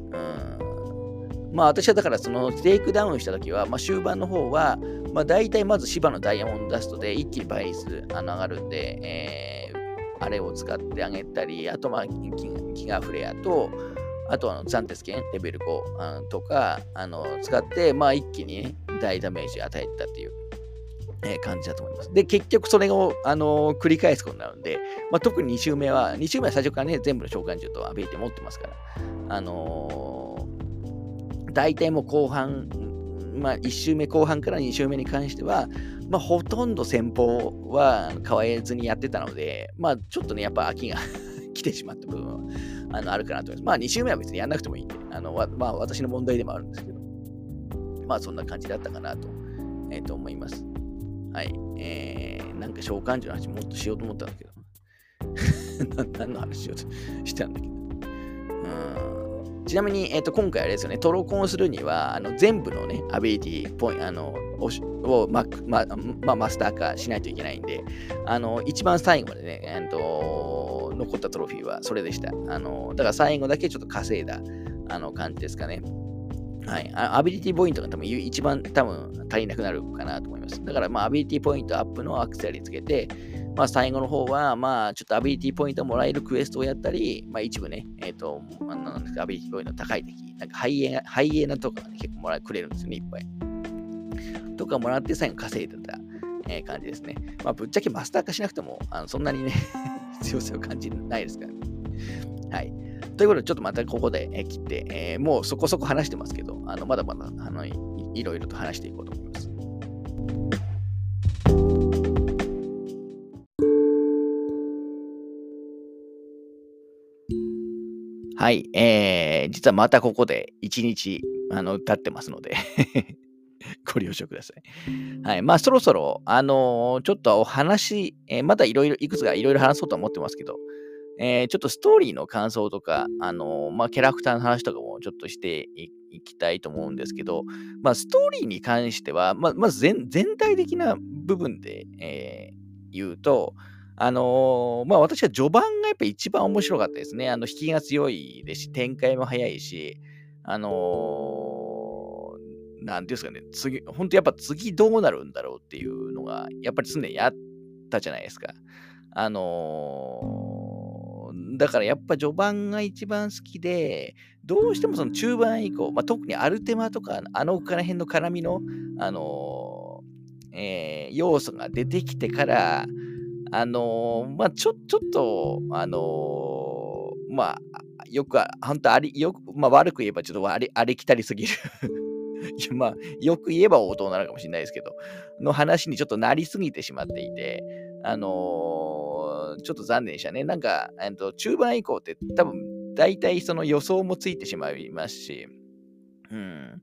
まあ私はだからそのテイクダウンしたときは、まあ終盤の方は、まあ大体まず芝のダイヤモンドダストで一気に倍率上がるんで、あれを使ってあげたり、あとまあギガフレアと、あとザンテス剣レベル5とか使って、まあ一気に、ね、大ダメージ与えたっていう。感じだと思います。で、結局それを、繰り返すことになるんで、まあ、特に2周目は最初からね、全部の召喚獣とアビリティ持ってますから、大体もう後半、まあ、1周目後半から2周目に関しては、まあ、ほとんど先方は変わらずにやってたので、まあ、ちょっとね、やっぱ飽きが来てしまった部分はあるかなと思います。まあ、2周目は別にやんなくてもいいんで、まあ、私の問題でもあるんですけど、まあ、そんな感じだったかなと、思います。はい。なんか召喚獣の話もっとしようと思ったんだけど、何の話しようとしたんだけど。ちなみに、今回あれですよね、トロコンするには、全部のね、アビリティポイント、をマスター化しないといけないんで、一番最後までね、残ったトロフィーはそれでした。だから最後だけちょっと稼いだ、感じですかね。はい。アビリティポイントが一番足りなくなるかなと思います。だから、まあ、アビリティポイントアップのアクセサリーつけて、まあ、最後の方は、まあ、ちょっとアビリティポイントもらえるクエストをやったり、まあ、一部ね、アビリティポイントの高い敵、なんかハイエナとか、ね、結構くれるんですよね、いっぱい。とかもらって最後稼いでた、感じですね。まあ、ぶっちゃけマスター化しなくても、そんなにね、強さを感じないですからね。はい。ということで、ちょっとまたここで切って、もうそこそこ話してますけど、まだまだいろいろと話していこうと思います。はい。実はまたここで1日経ってますのでご了承ください。はい。まあ、そろそろ、ちょっとお話、まだいくつかいろいろ話そうと思ってますけど、ちょっとストーリーの感想とか、まあ、キャラクターの話とかもちょっとしていきたいと思うんですけど、まあ、ストーリーに関しては、まず全体的な部分で、言うと、まあ、私は序盤がやっぱ一番面白かったですね。引きが強いですし、展開も早いし、なんていうんですかね、本当やっぱ次どうなるんだろうっていうのが、やっぱり常にあったじゃないですか。だからやっぱ序盤が一番好きで、どうしてもその中盤以降、まあ、特にアルテマとか、から辺の絡みの、要素が出てきてから、まあ、ちょっと、まあ、よく、本当まあ、悪く言えばちょっとありきたりすぎるまあ、よく言えば応答なのかもしれないですけど、の話にちょっとなりすぎてしまっていて、ちょっと残念でしたね。なんか、中盤以降って多分、大体その予想もついてしまいますし、うん。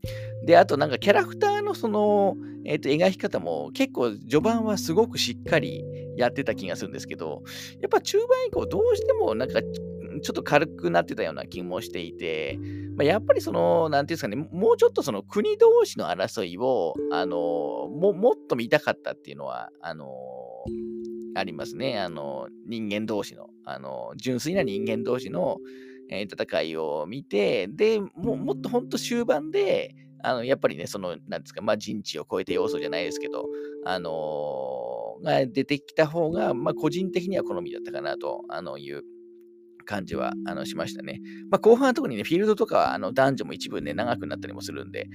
で、あとなんかキャラクターのその、描き方も結構序盤はすごくしっかりやってた気がするんですけど、やっぱ中盤以降どうしてもなんかちょっと軽くなってたような気もしていて、まあ、やっぱりその、なんていうんですかね、もうちょっとその国同士の争いを、もっと見たかったっていうのは、ありますね。人間同士の、純粋な人間同士の、戦いを見て、で、もっと本当終盤で、やっぱりね、その、なんですか、まあ、人知を超えて要素じゃないですけど、が出てきた方が、まあ、個人的には好みだったかなと、いう感じは、しましたね。まあ、後半は特にね、フィールドとか、男女も一部ね、長くなったりもするんで、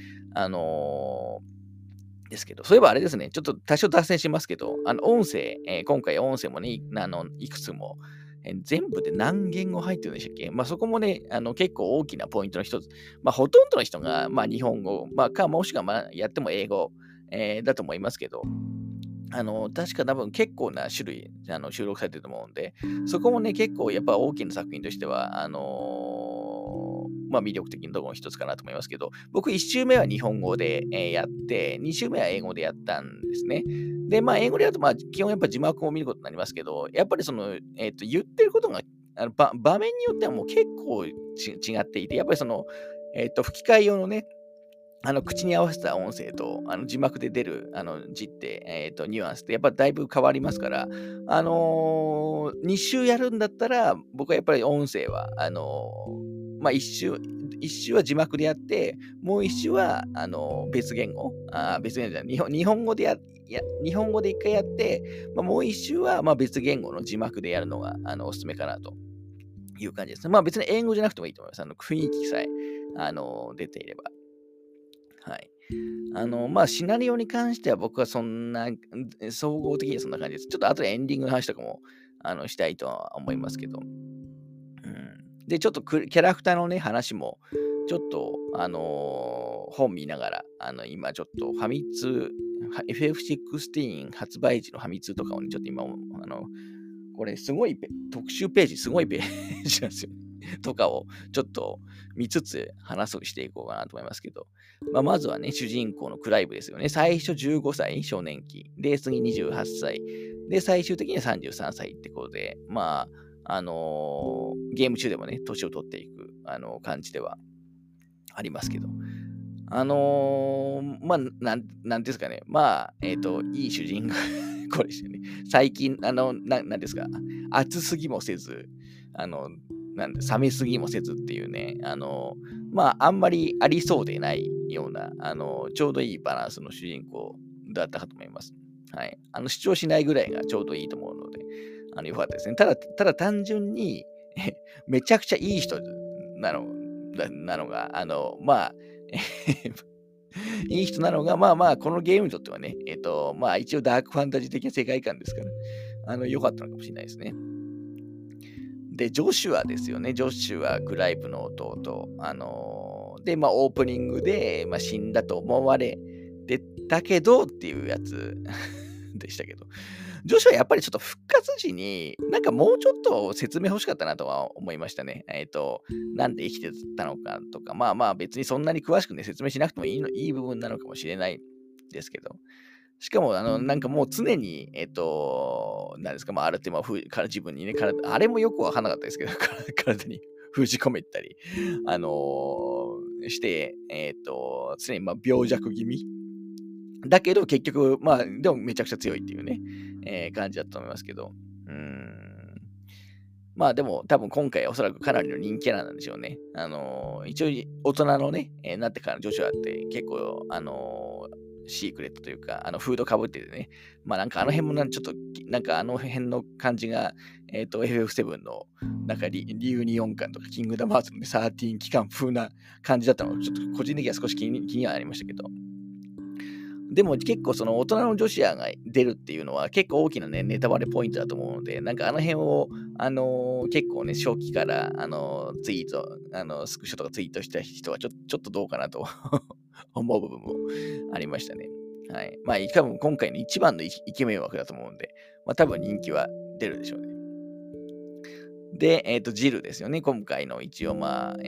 ですけど、そういえばあれですね、ちょっと多少脱線しますけど、音声、今回音声もね、いくつも、全部で何言語入ってるんでしたっけ？まあ、そこもね、結構大きなポイントの一つ。まあ、ほとんどの人が、まあ、日本語、まあ、もしくは、まあ、やっても英語、だと思いますけど、確か多分結構な種類、収録されてると思うんで、そこもね、結構やっぱ大きな作品としては、 まあ、魅力的なところの一つかなと思いますけど、僕1周目は日本語で、やって、2周目は英語でやったんですね。で、まあ、英語でやると、まあ、基本やっぱ字幕を見ることになりますけど、やっぱりその、言ってることが、場面によってはもう結構違っていて、やっぱりその、吹き替え用のね、口に合わせた音声と、字幕で出る、字って、ニュアンスってやっぱだいぶ変わりますから、2週やるんだったら、僕はやっぱり音声は、まあ、一週は字幕でやって、もう一週は、別言語、別言語じゃない、日本語で日本語で一回やって、まあ、もう一週は、まあ、別言語の字幕でやるのが、おすすめかなという感じですね。まあ、別に英語じゃなくてもいいと思います。雰囲気さえ、出ていれば。はい。まあ、シナリオに関しては僕はそんな、総合的にはそんな感じです。ちょっと後でエンディングの話とかも、したいとは思いますけど。うん、で、ちょっとキャラクターのね、話も、ちょっと、本見ながら、今ちょっとファミ通、FF16 発売時のファミ通とかをね、ちょっと今、これすごい特集ページ、すごいページなんですよ。とかをちょっと見つつ話をしていこうかなと思いますけど、まあ、まずはね、主人公のクライブですよね。最初15歳、少年期。で、次28歳。で、最終的には33歳ってことで、まあ、ゲーム中でもね、年を取っていく、感じではありますけど、まあ、なんですかね。まあ、いい主人公ですよね。最近、なんですか。暑すぎもせず、冷めすぎもせずっていうね、まあ、あんまりありそうでないような、ちょうどいいバランスの主人公だったかと思います。はい。主張しないぐらいがちょうどいいと思うので、よかったですね。ただ単純に、めちゃくちゃいい人なのが、まあ、いい人なのが、まあまあ、このゲームにとってはね、まあ一応ダークファンタジー的な世界観ですから、良かったのかもしれないですね。で、ジョシュアですよね。ジョシュア、クライブの弟。で、まあオープニングで、まあ、死んだと思われてたけどっていうやつでしたけど。ジョシュはやっぱりちょっと復活時に、なんかもうちょっと説明欲しかったなとは思いましたね。なんで生きてたのかとか、まあまあ別にそんなに詳しくね、説明しなくてもいい部分なのかもしれないですけど。しかも、なんかもう常に、なんですか、まあ、ある程度、から自分にね、あれもよくわかんなかったですけど、体に封じ込めたり、して、常にまあ病弱気味だけど、結局、まあ、でもめちゃくちゃ強いっていうね、感じだったと思いますけど。まあでも、多分今回おそらくかなりの人気キャラなんでしょうね。一応、大人のね、なってからのジョシュアって結構、シークレットというか、フードかぶっててね、まあなんかあの辺もちょっと、なんかあの辺の感じが、FF7 の、なんかリュウニオン感とか、キングダムハーツの、ね、13期間風な感じだったのが、ちょっと個人的には少し気にはなりましたけど、でも結構その大人の女子アが出るっていうのは結構大きなね、ネタバレポイントだと思うので、なんかあの辺を、結構ね、初期から、ツイート、スクショとかツイートした人はちょっとどうかなと思う部分もありましたね。はい。まあ、多分今回の一番のイケメン枠だと思うんで、まあ多分人気は出るでしょうね。で、ジルですよね。今回の一応、まあ、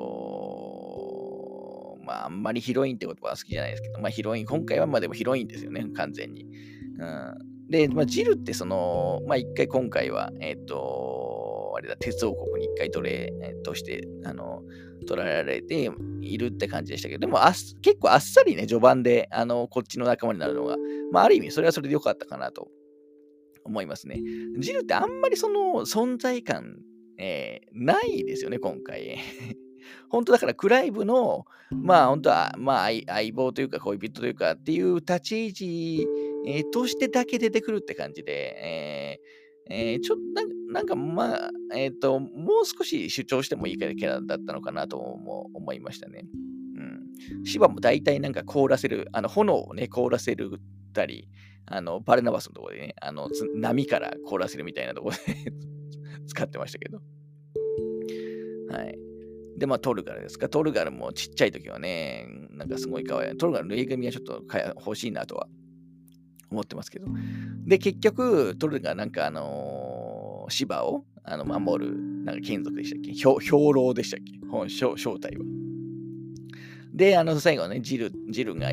まあ、あんまりヒロインって言葉は好きじゃないですけど、まあ、ヒロイン、今回はまあでもヒロインですよね、完全に。で、まあ、ジルってその、まあ、一回今回は、あれだ、鉄王国に一回奴隷、として、取られているって感じでしたけど、でも結構あっさりね、序盤で、こっちの仲間になるのが、まあ、ある意味、それはそれで良かったかなと思いますね。ジルってあんまりその存在感、ないですよね、今回。本当だからクライブの、まあ本当は、まあ相棒というか恋人というかっていう立ち位置、としてだけ出てくるって感じで、なんかまあ、もう少し主張してもいいキャラだったのかなとも思いましたね。うん。シバも大体なんか凍らせる、炎をね、凍らせるたり、バルナバスのところでね、波から凍らせるみたいなところで使ってましたけど。はい。で、まあ、トルガルですか。トルガルもちっちゃい時はね、なんかすごい可愛い。トルガルのぬいぐるみはちょっと欲しいなとは思ってますけど。で、結局、トルガなんか芝を守る、なんか眷属でしたっけ、兵糧でしたっけ、正体は。で、最後ね、ジルが、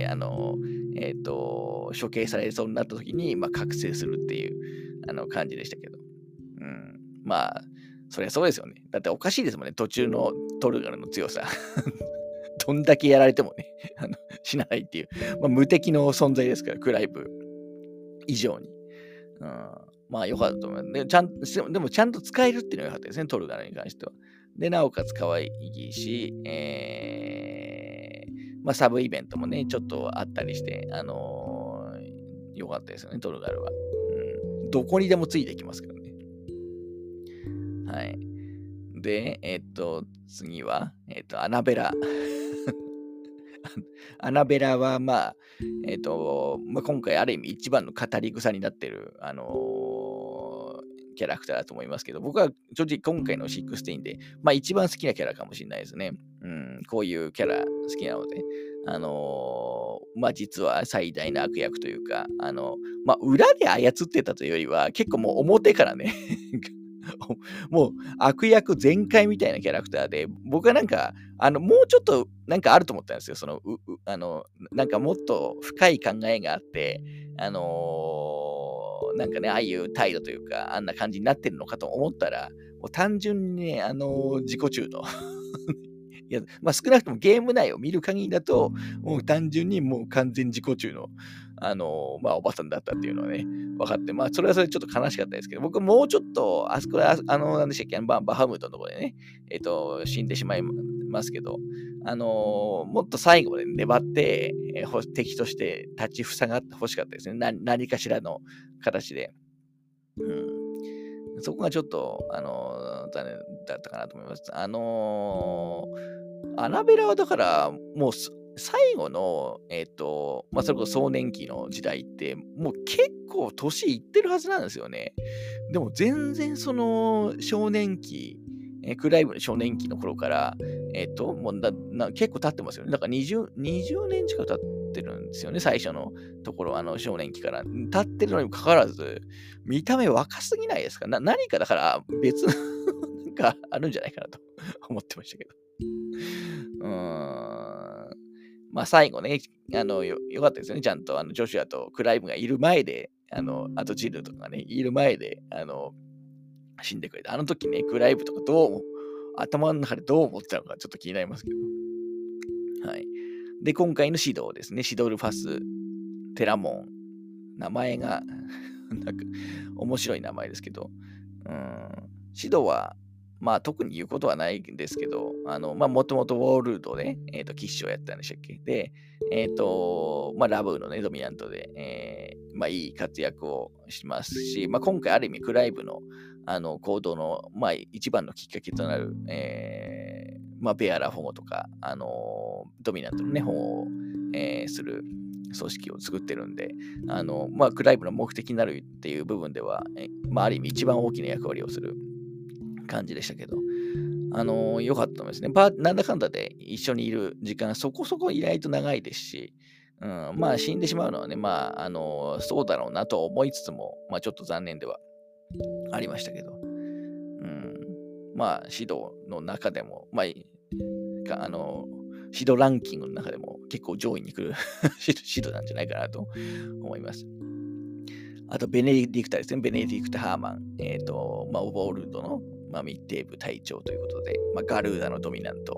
処刑されそうになった時に、まあ、覚醒するっていう、感じでしたけど。うん。まあ、そりゃそうですよね。だっておかしいですもんね、途中のトルガルの強さ。どんだけやられてもね、死なないっていう、まあ、無敵の存在ですから、クライブ以上に。うん、まあ、良かったと思います。でも、ちゃんと使えるっていうのが良かったですね、トルガルに関しては。で、なおかつ可愛いし、まあ、サブイベントもね、ちょっとあったりして、良かったですよね、トルガルは。うん。どこにでもついていきますけどね。はい。で、次は、アナベラ。アナベラは、まあ、まあ、今回ある意味一番の語り草になってる、キャラクターだと思いますけど、僕は正直今回の16で、まあ一番好きなキャラかもしれないですね。うん、こういうキャラ好きなので、まあ実は最大の悪役というか、まあ裏で操ってたというよりは、結構もう表からねもう悪役全開みたいなキャラクターで、僕はなんか、もうちょっとなんかあると思ったんですよ。なんかもっと深い考えがあって、なんかね、ああいう態度というか、あんな感じになってるのかと思ったら、もう単純にね、自己中のいや、まあ、少なくともゲーム内を見る限りだと、もう単純にもう完全自己中の、まあ、おばさんだったっていうのはね、分かって、まあ、それはそれでちょっと悲しかったですけど、僕もうちょっと、あそこは、なんでしたっけ、バハムートのところでね、死んでしまいますけど、もっと最後まで粘って、敵として立ちふさがってほしかったですね。何かしらの形で。うん、そこがちょっと、残念だったかなと思います。アナベラはだから、もう最後の、まあ、それこそ壮年期の時代って、もう結構年いってるはずなんですよね。でも全然その少年期、クライブの少年期の頃から、もう結構経ってますよね。だから20年近く経ってるんですよね、最初のところ、少年期から。経ってるのにもかかわらず、見た目若すぎないですか？何かだから別のなんかあるんじゃないかなと思ってましたけど。うーん。まあ最後ね、よかったですよね。ちゃんとジョシュアとクライブがいる前で、あとジルとかね、いる前で、死んでくれた。あの時ね、クライブとか頭の中でどう思ってたのかちょっと気になりますけど。はい。で、今回の指導ですね。シドルファス・テラモン。名前がなんか、面白い名前ですけど、指導は、まあ、特に言うことはないんですけど、まあ、もともとウォールドで、騎士をやったんでしたっけ。で、まあ、ラブのね、ドミナントで、まあ、いい活躍をしますし、まあ、今回ある意味、クライブの、行動の、まあ、一番のきっかけとなる、まあ、ベアラ保護とか、ドミナントのね、保護を、する組織を作ってるんで、まあ、クライブの目的になるっていう部分では、まあ、ある意味一番大きな役割をする感じでしたけど、良かったと思いますね。なんだかんだで一緒にいる時間そこそこ意外と長いですし、うん、まあ死んでしまうのはね、まあ、そうだろうなと思いつつも、まあちょっと残念ではありましたけど、うん、まあ指導の中でも、まあ、指導ランキングの中でも結構上位に来る指導なんじゃないかなと思います。あと、ベネディクタですね。ベネディクタ・ハーマン。まあ、オボールドの、まあ、ミッデーブ隊長ということで、まあ、ガルーダのドミナント。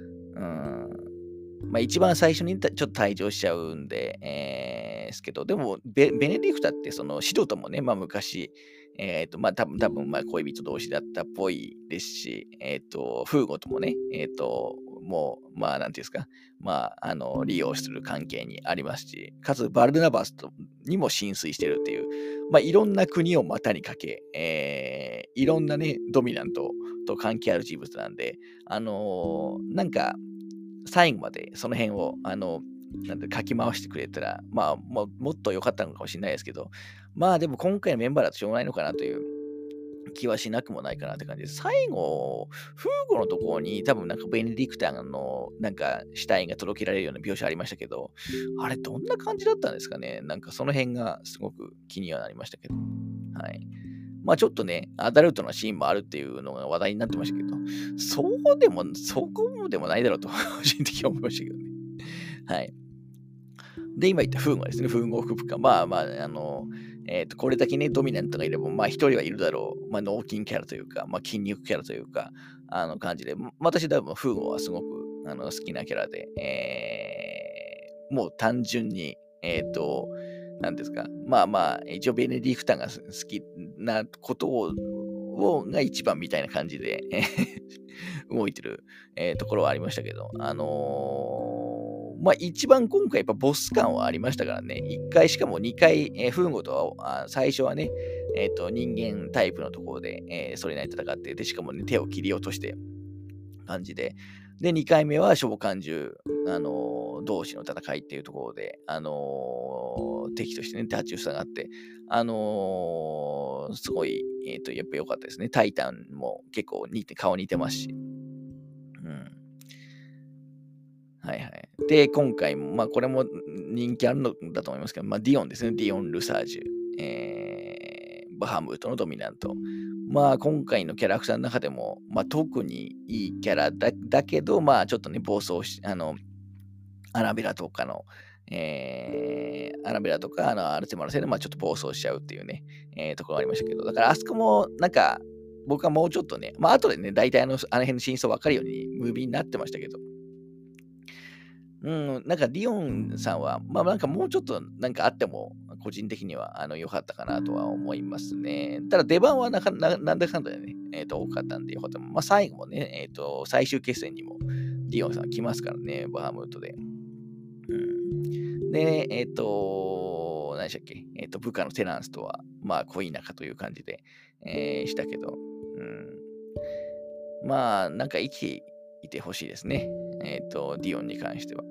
まあ、一番最初にちょっと退場しちゃうんで、ですけど、でもベネディクタってその指導ともね、まあ、昔、まあ、多分まあ恋人同士だったっぽいですし、フーゴともね、もう、まあ、なんていうんですか、まあ、利用する関係にありますし、かつ、バルデナバスにも浸水してるっていう、まあ、いろんな国を股にかけ、いろんなね、ドミナントと関係ある人物なんで、なんか、最後までその辺を、なんでかき回してくれたら、まあ、もっと良かったのかもしれないですけど、まあでも今回のメンバーだとしょうがないのかなという気はしなくもないかなって感じです。最後、フーゴのところに多分なんかベネディクターのなんか死体が届けられるような描写ありましたけど、あれどんな感じだったんですかね。なんかその辺がすごく気にはなりましたけど。はい。 まあちょっとね、アダルトなシーンもあるっていうのが話題になってましたけど、そこでもないだろうと、個人的に思いましたけどね。はい。で、今言ったフーゴですね、フーゴフプカ。まあまあ、これだけね、ドミナントがいれば、まあ一人はいるだろう。まあ、脳筋キャラというか、まあ筋肉キャラというか、感じで、私多分フーゴはすごく好きなキャラで、もう単純に、なんですか、まあまあ、一応ベネディクタが好きなことが一番みたいな感じで、動いてる、ところはありましたけど、まあ一番今回やっぱボス感はありましたからね、1回しかも2回、フンゴとは、最初はね、人間タイプのところで、それなりに戦って、で、しかもね、手を切り落として感じで、で、2回目は召喚獣、同士の戦いっていうところで、敵としてね、立ち塞がって、すごい、やっぱ良かったですね。タイタンも結構顔似てますし。うん。はいはい。で、今回も、まあこれも人気あるのだと思いますけど、まあディオンですね。ディオン・ルサージュ。バハムートのドミナント。まあ今回のキャラクターの中でも、まあ特にいいキャラだけど、まあちょっとね、暴走し、アナベラとかの、アナベラとか、アルテマのせいで、まあちょっと暴走しちゃうっていうね、ところがありましたけど、だからあそこも、なんか、僕はもうちょっとね、まあ後でね、大体あの辺の真相分かるようにムービーになってましたけど、うん、なんかディオンさんは、まあなんかもうちょっとなんかあっても、個人的には良かったかなとは思いますね。ただ出番はなんだかんだでね、多かったんでよかった。まあ最後もね、最終決戦にもディオンさん来ますからね、バハムートで。うん、で、何でしたっけ、部下のテナンスとは、まあ恋仲という感じで、したけど、まあなんか生きていてほしいですね。ディオンに関しては。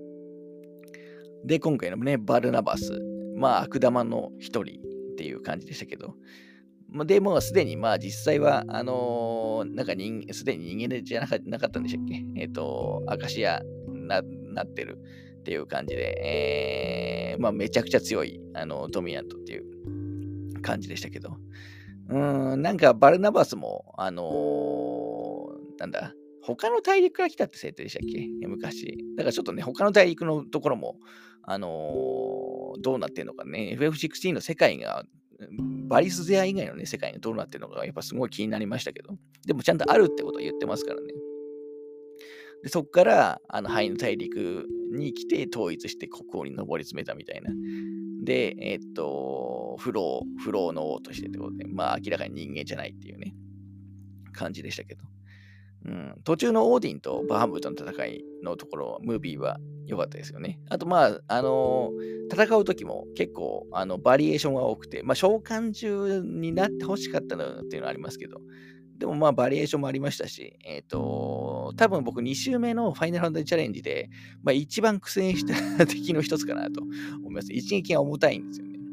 で、今回のね、バルナバス、まあ、悪玉の一人っていう感じでしたけど、でもうすでに、まあ、実際は、なんかすでに人間じゃなかったんでしたっけアカシアなってるっていう感じで、まあ、めちゃくちゃ強い、ドミナントっていう感じでしたけど、なんかバルナバスも、なんだ、他の大陸から来たって設定でしたっけ昔。だからちょっとね、他の大陸のところも、どうなってんのかね、FF16 の世界が、バリスゼア以外のね、世界がどうなってるのか、やっぱすごい気になりましたけど、でもちゃんとあるってことを言ってますからね。で、そこから、ハイの大陸に来て統一して国王に上り詰めたみたいな。で、不老の王としてってことで、まあ明らかに人間じゃないっていうね、感じでしたけど。途中のオーディンとバハムートの戦いのところ、ムービーは良かったですよね。あと、まあ、戦う時も結構、バリエーションが多くて、まあ、召喚獣になってほしかったのっていうのはありますけど、でもまあ、バリエーションもありましたし、多分僕2周目のファイナルファンタジーチャレンジで、まあ、一番苦戦した敵の一つかなと思います。一撃が重たいんですよね。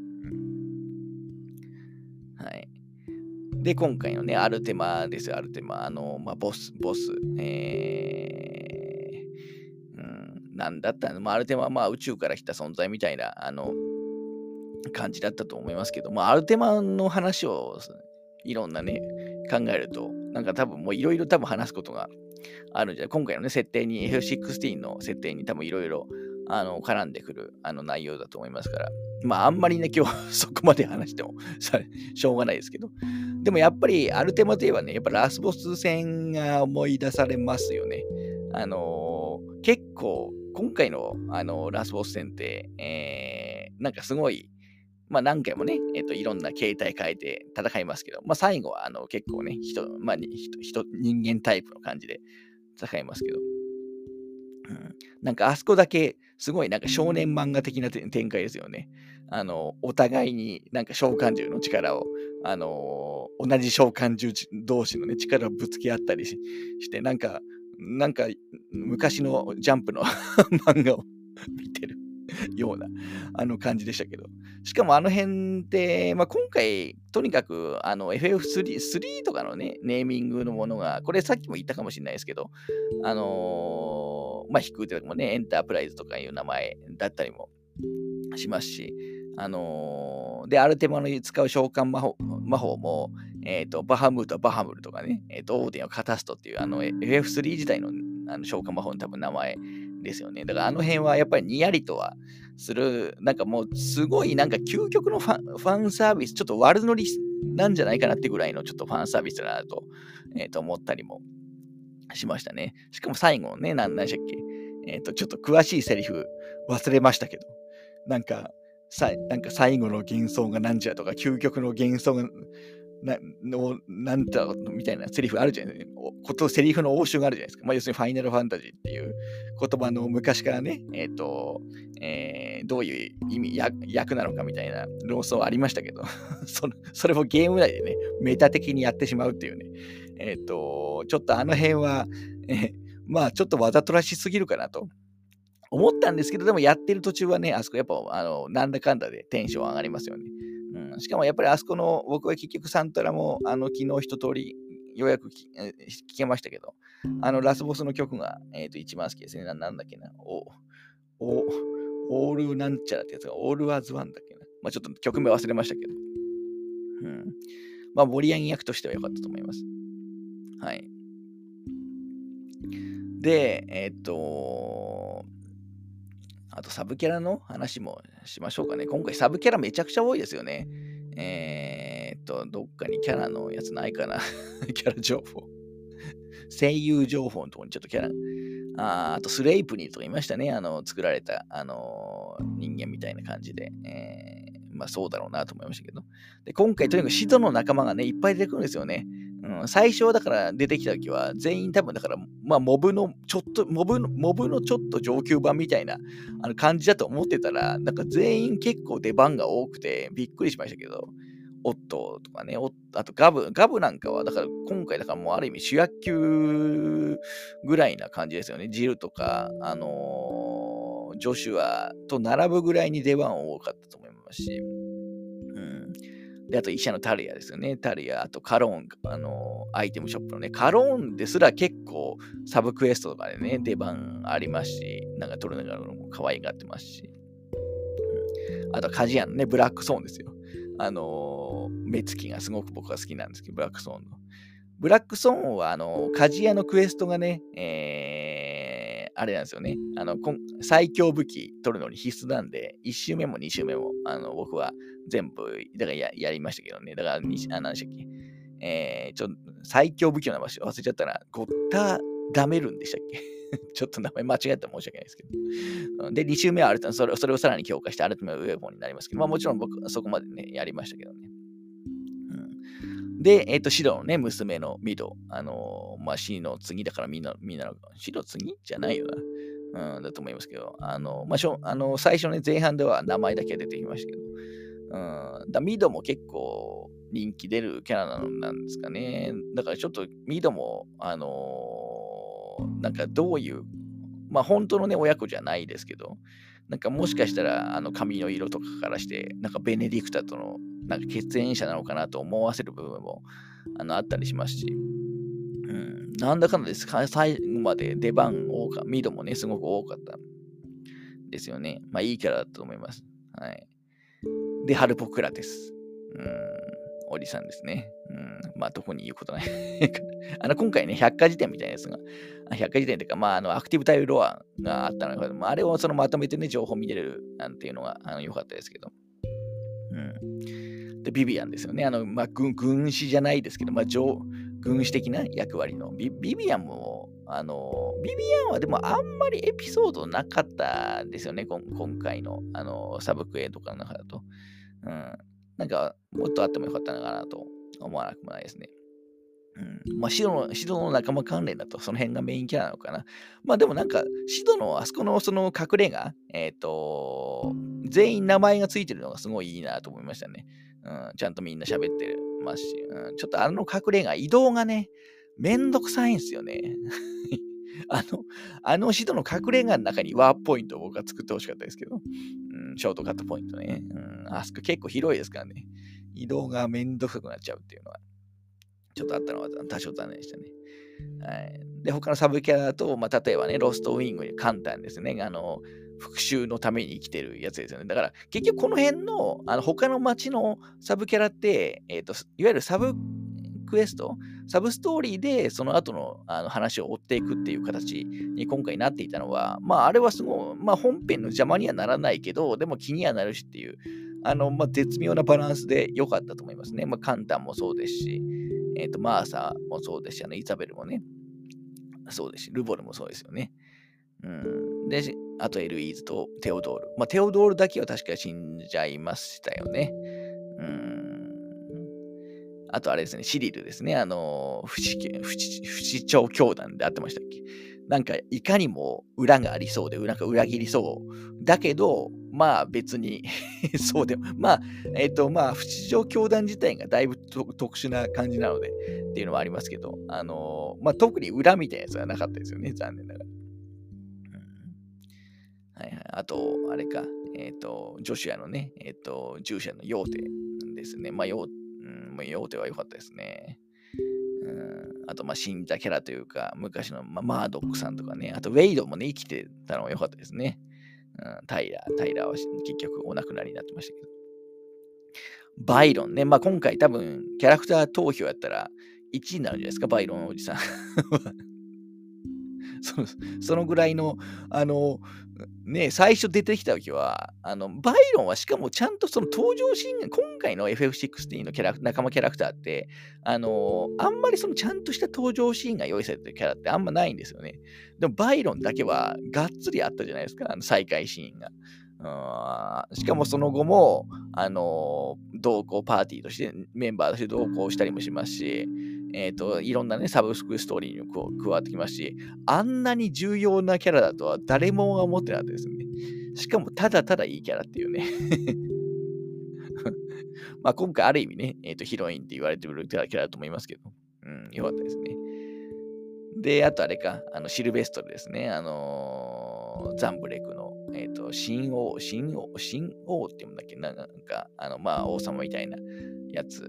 はい。で、今回のね、アルテマですよ、アルテマ。まあ、ボス、なんだったの、まあ、アルテマはまあ宇宙から来た存在みたいな、感じだったと思いますけど、まあ、アルテマの話をいろんなね、考えると、なんか多分もういろいろ多分話すことがあるんじゃない今回のね、設定に、F16 の設定に多分いろいろ絡んでくる内容だと思いますから、まああんまりね、今日そこまで話してもしょうがないですけど、でもやっぱりアルテマといえばね、やっぱラスボス戦が思い出されますよね。結構、今回のラスボス戦って、なんかすごい、まあ何回もね、いろんな形態変えて戦いますけど、まあ最後は結構ね、まあ人間タイプの感じで戦いますけど、なんかあそこだけすごいなんか少年漫画的な展開ですよね。お互いになんか召喚獣の力を、同じ召喚獣同士のね、力をぶつけ合ったりして、なんか昔のジャンプの漫画を見てるような感じでしたけど。しかもあの辺って、まあ、今回、とにかくFF3 とかのね、ネーミングのものが、これさっきも言ったかもしれないですけど、まあ、飛空とかもね、エンタープライズとかいう名前だったりもしますし、 で、アルテマに使う召喚魔法も、バハムートはバハムルとかね、オーディンはカタストっていう、FF3 自体の召喚魔法の多分名前ですよね。だからあの辺はやっぱりにやりとはする、なんかもうすごいなんか究極のファンサービス、ちょっと悪乗りなんじゃないかなってぐらいのちょっとファンサービスだなと、思ったりもしましたね。しかも最後のね、何でしたっけ、ちょっと詳しいセリフ忘れましたけど、なんか、なんか最後の幻想がなんじゃとか、究極の幻想がなんだみたいなセリフあるじゃないですか。セリフの応酬があるじゃないですか。まあ、要するにファイナルファンタジーっていう言葉の昔からね、どういう意味、役なのかみたいな論争ありましたけど、それをゲーム内でね、メタ的にやってしまうっていうね、ちょっとあの辺は、まあちょっとわざとらしすぎるかなと思ったんですけど、でもやってる途中はね、あそこやっぱ、なんだかんだでテンション上がりますよね。しかもやっぱりあそこの、僕は結局サントラも、昨日一通りようやく聞けましたけど、ラスボスの曲が、一番好きですね。なんだっけな。おオールなんちゃらってやつが、オールワーズワンだっけな。まあちょっと曲名忘れましたけど。まあ盛り上げ役としては良かったと思います。はい。で、あとサブキャラの話もしましょうかね。今回サブキャラめちゃくちゃ多いですよね。どっかにキャラのやつないかな。キャラ情報。声優情報のところにちょっとキャラ。あとスレイプニーとかいましたね。作られた、人間みたいな感じで。まあそうだろうなと思いましたけど。で、今回とにかくシドの仲間がね、いっぱい出てくるんですよね。最初だから出てきた時は全員多分だからまあモブのちょっと上級版みたいな感じだと思ってたらなんか全員結構出番が多くてびっくりしましたけど、オットーとかね、あとガブなんかはだから今回だからもうある意味主役級ぐらいな感じですよね。ジルとかジョシュアと並ぶぐらいに出番多かったと思いますし。で、あと医者のタリアですよね。タリア、あとカローン、アイテムショップのね、カローンですら結構サブクエストとかでね、出番ありますし、なんか取るのも可愛がってますし。あとカジアンのね、ブラックソーンですよ。目つきがすごく僕は好きなんですけど、ブラックソーンの。ブラックソーンは、鍛冶屋のクエストがね、あれなんですよね。最強武器取るのに必須なんで、1周目も2周目も、僕は全部、だからやりましたけどね。だから、何でしたっけ。最強武器の名前忘れちゃったら、ゴッタダメルンでしたっけちょっと名前間違えたら申し訳ないですけど。で、2周目はそれをさらに強化して、改めウェポンになりますけど、まあもちろん僕、そこまでね、やりましたけどね。で、シドのね、娘のミド。まあ、シの次だからみんな、シド次じゃないよな。だと思いますけど、まあ、最初ね、前半では名前だけ出てきましたけど、ミドも結構人気出るキャラなんですかね。だからちょっとミドも、なんかどういう、まあ本当のね、親子じゃないですけど、なんかもしかしたら髪の色とかからして、なんかベネディクタとのなんか血縁者なのかなと思わせる部分もあったりしますし、なんだかんだです最後まで出番ミドもね、すごく多かったですよね。まあいいキャラだったと思います。はい。で、ハルポクラテス。おじさんですね。まあ、どこに言うことない。今回ね、百科事典みたいなやつが、百科事典というか、まあ、アクティブタイルロアがあったので、まあ、あれをまとめてね、情報見れるなんていうのが良かったですけど。で、ビビアンですよね。まあ、軍師じゃないですけど、まあ、軍師的な役割のビビアンも、ビビアンはでもあんまりエピソードなかったですよね、今回の、サブクエとかの中だと。なんか、もっとあってもよかったのかなと思わなくもないですね。まあ、シドの仲間関連だと、その辺がメインキャラなのかな。まあ、でもなんか、シドのあそこのその隠れ家、全員名前がついてるのがすごいいいなと思いましたね。ちゃんとみんな喋ってますし、ちょっと隠れ家、移動がね、めんどくさいんですよね。シドの隠れ家の中にワープポイントを僕は作ってほしかったですけど、ショートカットポイントね。あそこ結構広いですからね。移動がめんどくさくなっちゃうっていうのは、ちょっとあったのは多少残念でしたね。はい。で、他のサブキャラだと、まあ、例えばね、ロストウィングにカンタンですね。 復讐のために生きてるやつですよね。だから、結局この辺の、他の街のサブキャラって、いわゆるサブクエスト、サブストーリーでその後の話を追っていくっていう形に今回なっていたのは、まあ、あれはすごい、まあ、本編の邪魔にはならないけど、でも気にはなるしっていう、まあ、絶妙なバランスで良かったと思いますね。まあ、カンタンもそうですし、マーサもそうですし、イザベルもね、そうですし、ルボルもそうですよね。うん、で、あとエルイーズとテオドール。まあ、テオドールだけは確か死んじゃいましたよね。あとあれですね、シリルですね。不死鳥教団で合ってましたっけ？なんか、いかにも裏がありそうで、なんか裏切りそう。だけど、まあ別にそうでも、まあ、まあ、不死鳥教団自体がだいぶ特殊な感じなので、っていうのはありますけど、まあ特に裏みたいなやつはなかったですよね、残念ながら。はいはい。あと、あれか、ジョシュアのね、従者のヨーテですね。まあ、ヨーテは良かったですね。あと、まあ、死んだキャラというか、昔の、マードックさんとかね、あと、ウェイドもね、生きてたのが良かったですね。タイラーは結局お亡くなりになってましたけど。バイロンね、まあ、今回多分、キャラクター投票やったら1位になるんじゃないですか、バイロンおじさん。そのぐらいの、あの、ね、最初出てきた時は、バイロンはしかもちゃんとその登場シーンが、今回の FF16 の仲間キャラクターって、あんまりそのちゃんとした登場シーンが用意されてるキャラってあんまないんですよね。でもバイロンだけはがっつりあったじゃないですか、再会シーンが。しかもその後も、同行パーティーとして、メンバーとして同行したりもしますし、いろんなね、サブスクストーリーにこう加わってきますし、あんなに重要なキャラだとは誰もが思ってなかったですね。しかも、ただただいいキャラっていうね。まあ今回ある意味ね、ヒロインって言われてるキャラだと思いますけど、よかったですね。で、あとあれか、シルベストルですね。ザンブレクの、神王って言うんだっけなんか、まあ、王様みたいなやつ。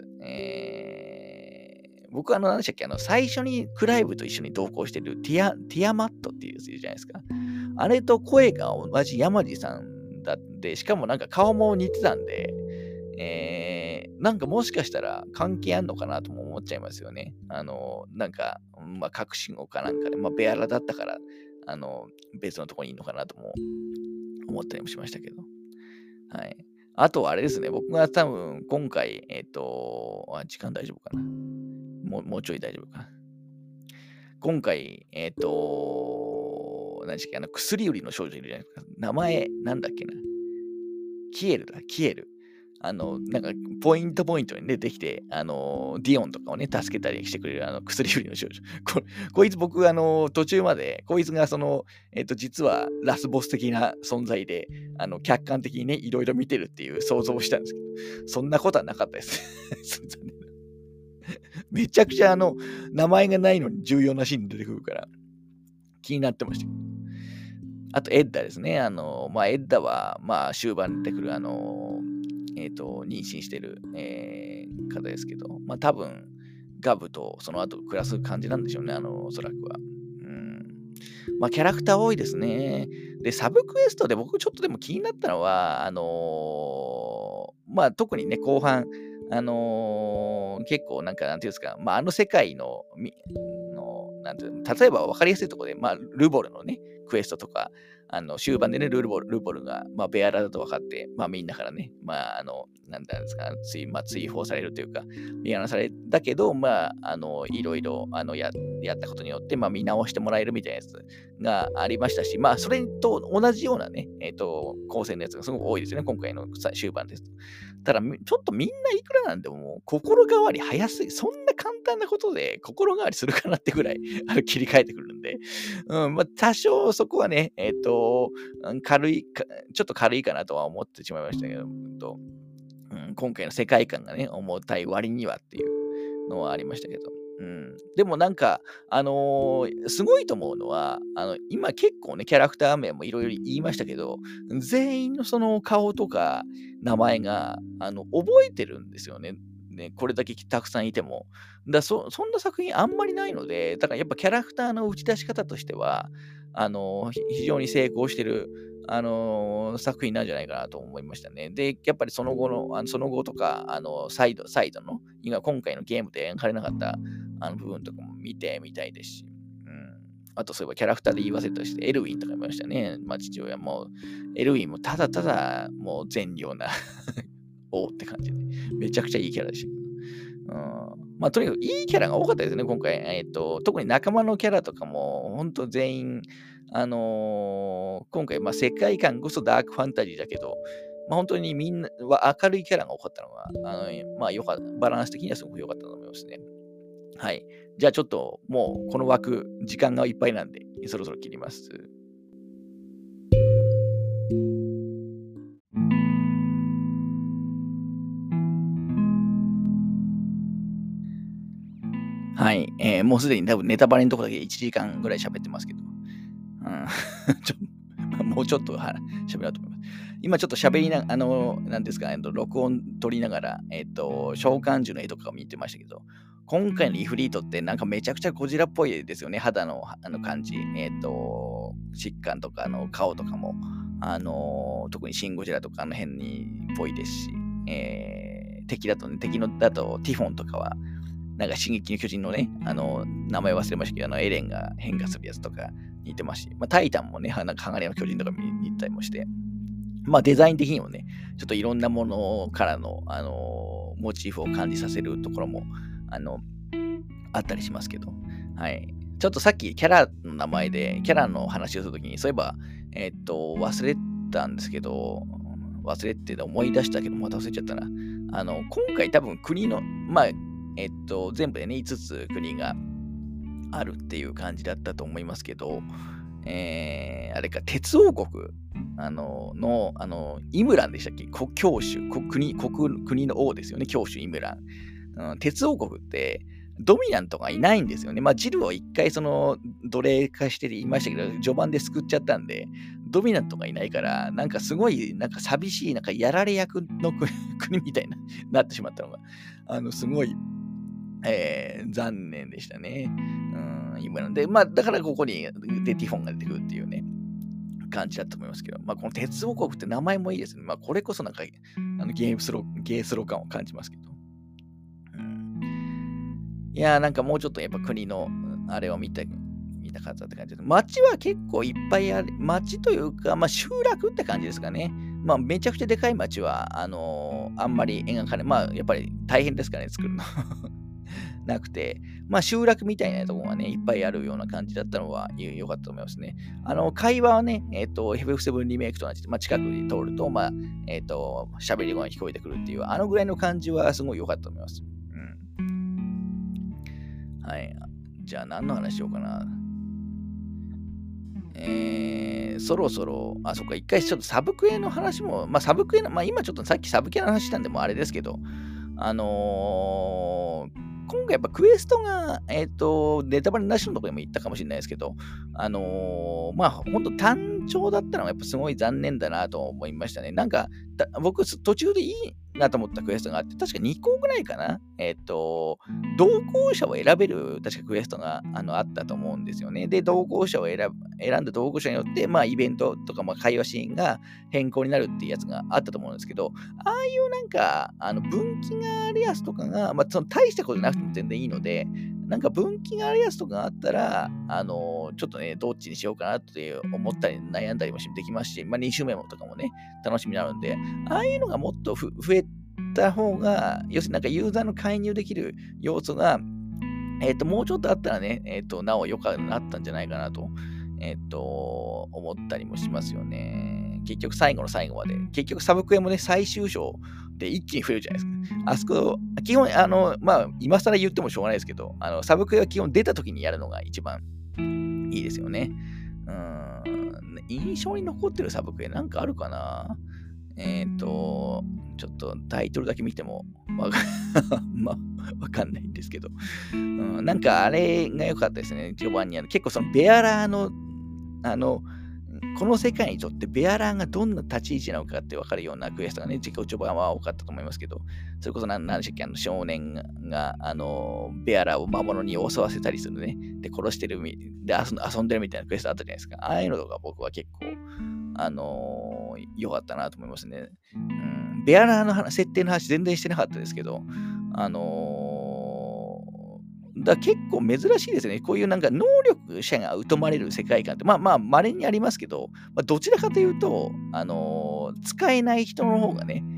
僕は何でしたっけ最初にクライブと一緒に同行してるティアマットっていうやついるじゃないですか。あれと声が同じ山地さんだって、しかもなんか顔も似てたんで、なんかもしかしたら関係あんのかなとも思っちゃいますよね。なんか、まあ、隠し子かなんかで、まあ、ベアラだったから、別のとこにいるのかなとも思ったりもしましたけど。はい。あとはあれですね、僕が多分今回、時間大丈夫かな。もうちょい大丈夫かな。今回、何でしたっけ、薬売りの少女いるじゃないですか。名前、なんだっけな。キエルだ、キエル。なんか、ポイントに出てきて、ディオンとかをね、助けたりしてくれる、薬売りの少女。こいつ僕、途中まで、こいつが、実はラスボス的な存在で、客観的にね、いろいろ見てるっていう想像をしたんですけど、そんなことはなかったです。残念なめちゃくちゃ、名前がないのに重要なシーンに出てくるから、気になってました。あと、エッダですね。まあ、エッダは、まあ、終盤に出てくる、妊娠してる、方ですけど、まあ多分、ガブとその後暮らす感じなんでしょうね、おそらくは。まあキャラクター多いですね。で、サブクエストで僕ちょっとでも気になったのは、まあ特にね、後半、結構なんか、なんていうんですか、まあ世界の、なんていうの例えば分かりやすいところで、まあルボルのね、クエストとか、終盤でね、ルボルが、まあ、ベアラだと分かって、まあ、みんなからね、まあ、なんていうんですか、追放されるというか、見放されたけど、まあ、いろいろ、やったことによって、まあ、見直してもらえるみたいなやつがありましたし、まあ、それと同じようなね、構成のやつがすごく多いですよね、今回の終盤ですと。ただ、ちょっとみんないくらなんでも、心変わり早すぎ、そんな簡単なことで心変わりするかなってぐらい、切り替えてくるんで、まあ、多少そこはね、ちょっと軽いかなとは思ってしまいましたけど、今回の世界観がね、重たい割にはっていうのはありましたけど。でもなんか、すごいと思うのは、今結構ね、キャラクター名もいろいろ言いましたけど、全員のその顔とか名前が、覚えてるんですよね。ね、これだけたくさんいても。そんな作品あんまりないので、だからやっぱキャラクターの打ち出し方としては、 非常に成功してる、作品なんじゃないかなと思いましたね。で、やっぱりその後の、その後とか、サイドの、今回のゲームで描かれなかった部分とかも見てみたいですし、あと、そういえばキャラクターで言い忘れたりして、エルウィンとかいましたね。まあ、父親も、エルウィンもただただ、もう善良な王って感じで、めちゃくちゃいいキャラでした。まあ、とにかくいいキャラが多かったですね、今回。特に仲間のキャラとかも、本当全員、今回、まあ、世界観こそダークファンタジーだけど、まあ、本当にみんなは明るいキャラが多かったのが、まあ、バランス的にはすごく良かったと思いますね。はい。じゃあちょっともうこの枠、時間がいっぱいなんで、そろそろ切ります。はい。もうすでに多分ネタバレのところだけ1時間ぐらい喋ってますけど。もうちょっと喋ろうと思います。今ちょっと喋りな、なんですか、録音取りながら、召喚獣の絵とかを見てましたけど、今回のイフリートってなんかめちゃくちゃゴジラっぽいですよね、肌の感じ。疾患とか顔とかも、特にシン・ゴジラとか辺にっぽいですし、敵だとティフォンとかは、なんか進撃の巨人のね、名前忘れましたけど、エレンが変化するやつとか似てますし、まあ、タイタンもね、なんか鋼の巨人とか似たりもして、まあデザイン的にもね、ちょっといろんなものからの、モチーフを感じさせるところも、あったりしますけど、はい。ちょっとさっきキャラの名前で、キャラの話をするときに、そういえば、忘れたんですけど、忘れて思い出したけど、また忘れちゃったな。今回多分国の、まあ、全部でね、5つ国があるっていう感じだったと思いますけど、あれか、鉄王国イムランでしたっけ教主国の王ですよね、教主イムラン。鉄王国って、ドミナントがいないんですよね。まあ、ジルを一回奴隷化して言いましたけど、序盤で救っちゃったんで、ドミナントがいないから、なんかすごい、なんか寂しい、なんかやられ役の国みたいなってしまったのが、すごい、残念でしたね。今ので、まあ、だからここにティフォンが出てくるっていうね、感じだと思いますけど、まあ、この鉄王国って名前もいいですね。まあ、これこそなんか、ゲースロ感を感じますけど。いやー、なんかもうちょっとやっぱ国の、あれを見たかったって感じです。街は結構いっぱいある。街というか、まあ、集落って感じですかね。まあ、めちゃくちゃでかい街は、あんまり描かれ、まあ、やっぱり大変ですからね、作るの。なくて、まあ、集落みたいなところがね、いっぱいあるような感じだったのは良かったと思いますね。会話はね、FF7 リメイクと同じで、まあ、近くに通ると、まあ、喋り声が聞こえてくるっていう、ぐらいの感じはすごい良かったと思います。はい。じゃあ、何の話しようかな。そろそろ、そっか、一回ちょっとサブクエの話も、まあ、サブクエの、まあ、今ちょっとさっきサブクエの話したんで、もうあれですけど、今回やっぱクエストが、ネタバレなしのところにも言ったかもしれないですけど、まあ、ほんと単調だったのがやっぱすごい残念だなと思いましたね。なんか、僕、途中でいいなと思ったクエストがあって、確か2個ぐらいかな。同行者を選べる、確かクエストがあったと思うんですよね。で、同行者を選んだ同行者によって、まあ、イベントとか、まあ、会話シーンが変更になるっていうやつがあったと思うんですけど、ああいうなんか、分岐があるやつとかが、まあ、その大したことなくても全然いいので、なんか分岐があるやつとかがあったら、ちょっとね、どっちにしようかなって思ったり悩んだりもできますし、まあ、2周目もとかもね、楽しみになるんで、ああいうのがもっと増えた方が、要するになんかユーザーの介入できる要素が、もうちょっとあったらね、なお良くなったんじゃないかなと、思ったりもしますよね。結局最後の最後まで、結局サブクエもね、最終章で一気に増えるじゃないですか。あそこ、基本、まあ、今更言ってもしょうがないですけど、サブクエは基本出た時にやるのが一番いいですよね。印象に残ってるサブクエなんかあるかな。ちょっとタイトルだけ見てもわかんないんですけど、なんかあれが良かったですね、序盤に結構そのベアラーのこの世界にとってベアラーがどんな立ち位置なのかって分かるようなクエストがね、結構序盤は多かったと思いますけど、それこそ何でしたっけ、少年が、ベアラーを魔物に襲わせたりするね。で、殺してるで遊んでるみたいなクエストあったじゃないですか。ああいうのとか僕は結構、良かったなと思いますね。ベアラーの設定の話全然してなかったですけど、結構珍しいですね。こういうなんか能力者が疎まれる世界観って、稀にありますけど、どちらかというと、使えない人の方がね、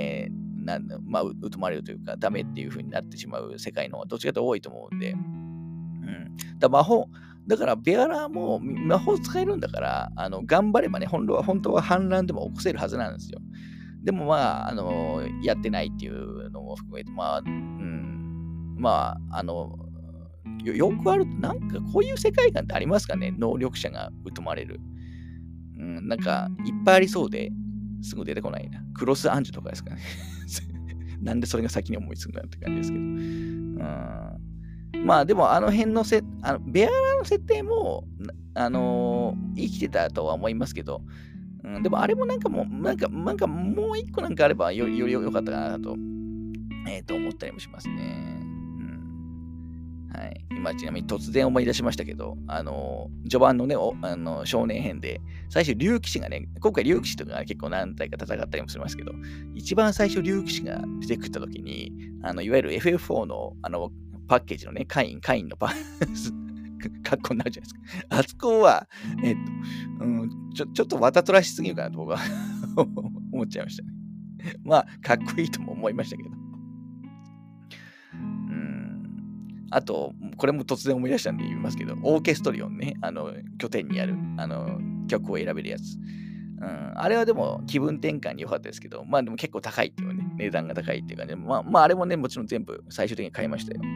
疎まれるというか、ダメっていう風になってしまう世界の方がどっちかというと多いと思うんで、だからベアラーも魔法使えるんだから、頑張ればね、本当は反乱でも起こせるはずなんですよ。でもやってないっていうのも含めて、よくある、なんかこういう世界観ってありますかね、能力者が疎まれる。なんかいっぱいありそうですぐ出てこないな。クロスアンジュとかですかね。なんでそれが先に思いつくんだって感じですけど。でもあの辺のベアラーの設定も、生きてたとは思いますけど、でもあれもなんかもう一個なんかあればより良かったかなと、思ったりもしますね。はい、今ちなみに突然思い出しましたけど、序盤のね、少年編で、最初竜騎士がね、今回竜騎士とかが結構何体か戦ったりもしますけど、一番最初竜騎士が出てくった時に、いわゆる FF4 のパッケージのね、カインの格好になるじゃないですか。あそこは、ちょっとわざとらしすぎるかなと僕は思っちゃいましたね。かっこいいとも思いましたけど。あと、これも突然思い出したんで言いますけど、オーケストリオンね、拠点にある、曲を選べるやつ。あれはでも気分転換に良かったですけど、でも結構高いっていうね、値段が高いっていうかね、あれもね、もちろん全部最終的に買いましたよ。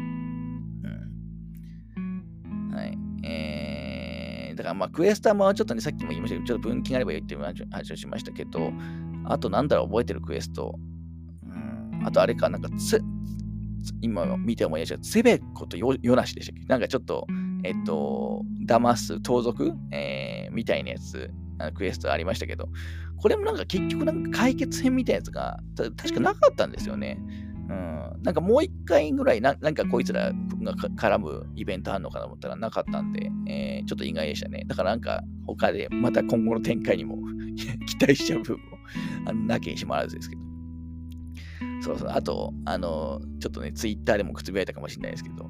はい。だからクエスタもちょっとね、さっきも言いましたけど、ちょっと分岐があれば言って話をしましたけど、あとなんだろう、覚えてるクエスト。あとあれか、なんか今見て思い出した、セベコとヨナシでしたっけ、なんかちょっと、騙す盗賊、みたいなやつ、クエストありましたけど、これもなんか結局なんか解決編みたいなやつが確かなかったんですよね。なんかもう一回ぐらいなんかこいつらが絡むイベントあるのかと思ったらなかったんで、ちょっと意外でしたね。だからなんか他でまた今後の展開にも期待しちゃう部分もなきにしもあらずですけど。そう、あと、ちょっとね、ツイッターでもくつぶやいたかもしれないですけど、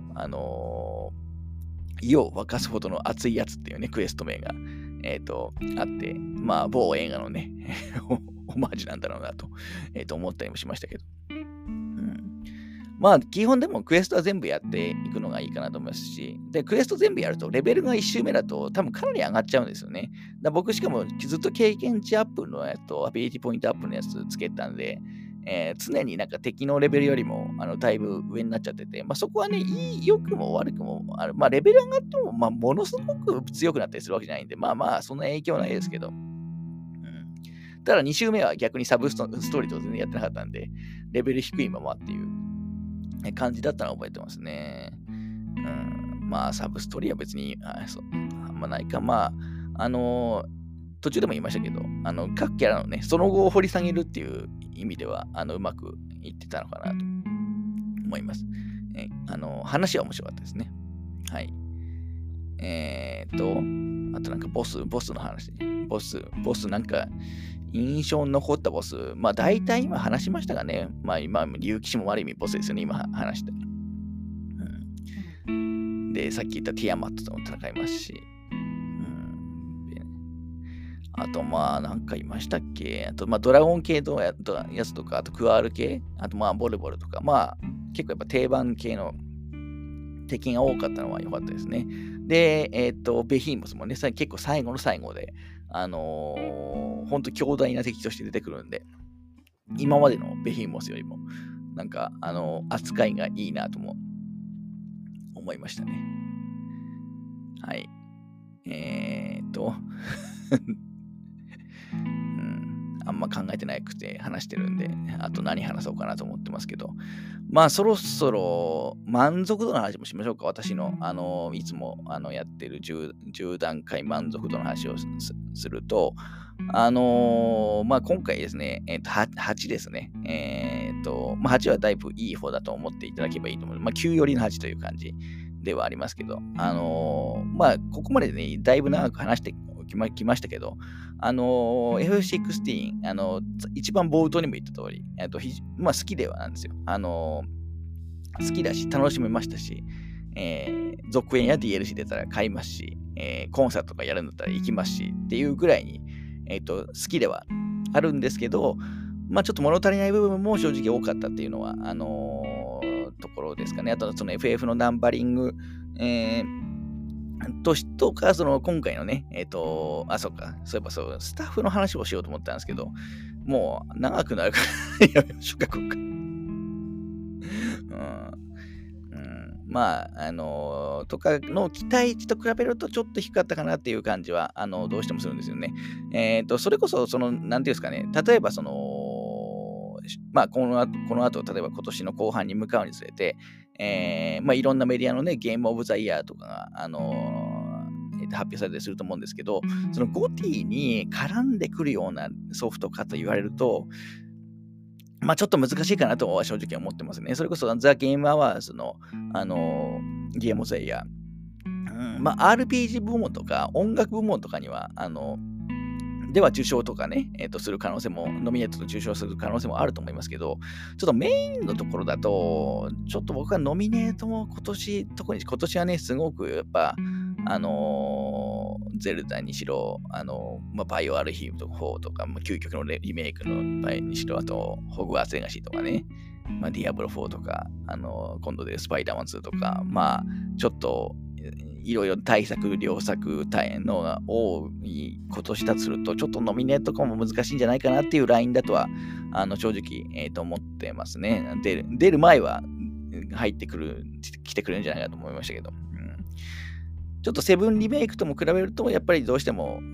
意を沸かすほどの熱いやつっていうね、クエスト名が、あって、某映画のね、オマージュなんだろうなと、思ったりもしましたけど。基本でもクエストは全部やっていくのがいいかなと思いますし、で、クエスト全部やると、レベルが1周目だと多分かなり上がっちゃうんですよね。僕しかもずっと経験値アップのやつとアビリティポイントアップのやつつけたんで、常になんか敵のレベルよりもだいぶ上になっちゃってて、そこはね、良くも悪くもある。レベル上がっても、ものすごく強くなったりするわけじゃないんで、そんな影響ないですけど。ただ2周目は逆にサブストーリーと全然やってなかったんで、レベル低いままっていう感じだったのを覚えてますね。サブストーリーは別に、あんまないか。途中でも言いましたけど、各キャラのね、その後を掘り下げるっていう意味では、うまくいってたのかなと思います。話は面白かったですね。はい。あとなんかボスの話。ボスなんか、印象に残ったボス。大体今話しましたがね。今、竜騎士もある意味ボスですよね、今話した。で、さっき言ったティアマットとも戦いますし。あと、なんかいましたっけ、あと、ドラゴン系のやつとか、あと、クワール系、あと、ボルボルとか、結構やっぱ定番系の敵が多かったのは良かったですね。で、ベヒーモスもね、結構最後の最後で、ほんと強大な敵として出てくるんで、今までのベヒーモスよりも、なんか、扱いがいいなとも思いましたね。はい。あんま考えてなくて話してるんで、あと何話そうかなと思ってますけど、 まあ、そろそろ満足度の話もしましょうか。私の、いつもやってる10段階満足度の話をすると、まあ、今回ですね、8ですね。まあ、8はだいぶいい方だと思っていただければいいと思う。まあ、9よりの8という感じではありますけど、まあ、ここまでね、だいぶ長く話してきましたけど、F16、一番冒頭にも言った通り、まあ、好きではなんですよ。好きだし、楽しめましたし、続編や DLC 出たら買いますし、コンサートとかやるんだったら行きますし、っていうぐらいに、好きではあるんですけど、まあちょっと物足りない部分も正直多かったっていうのは、ところですかね。あと、その FF のナンバリング、とか、その今回のね、そうか、そういえばそう、スタッフの話をしようと思ったんですけど、もう長くなるからやめましょうか、今回。まあ、とかの期待値と比べるとちょっと低かったかなっていう感じは、どうしてもするんですよね。それこそ、なんていうんですかね、例えば、まあ、この後、例えば今年の後半に向かうにつれて、まあ、いろんなメディアのね、ゲームオブザイヤーとかが、発表されたりすると思うんですけど、そのゴティに絡んでくるようなソフトかと言われると、まあちょっと難しいかなとは正直思ってますね。それこそザ・ゲームアワーズの、ゲームオブザイヤー、まあ RPG 部門とか音楽部門とかには、では受賞とかね、する可能性も、ノミネートと受賞する可能性もあると思いますけど、ちょっとメインのところだと、ちょっと僕はノミネートも特に今年はね、すごくやっぱ、ゼルダにしろ、まあ、バイオアルヒームとか4とか、まあ、究極のリメイクのバイにしろ、あと、ホグワーツレガシーとかね、まあ、ディアブロ4とか、今度でスパイダーマン2とか、まあ、ちょっと、いろいろ大作、良作、大変のが多い今年だとすると、ちょっとノミネートとかも難しいんじゃないかなっていうラインだとは、正直、思ってますね。出る前は来てくるんじゃないかと思いましたけど。ちょっとセブンリメイクとも比べると、やっぱりどうしても、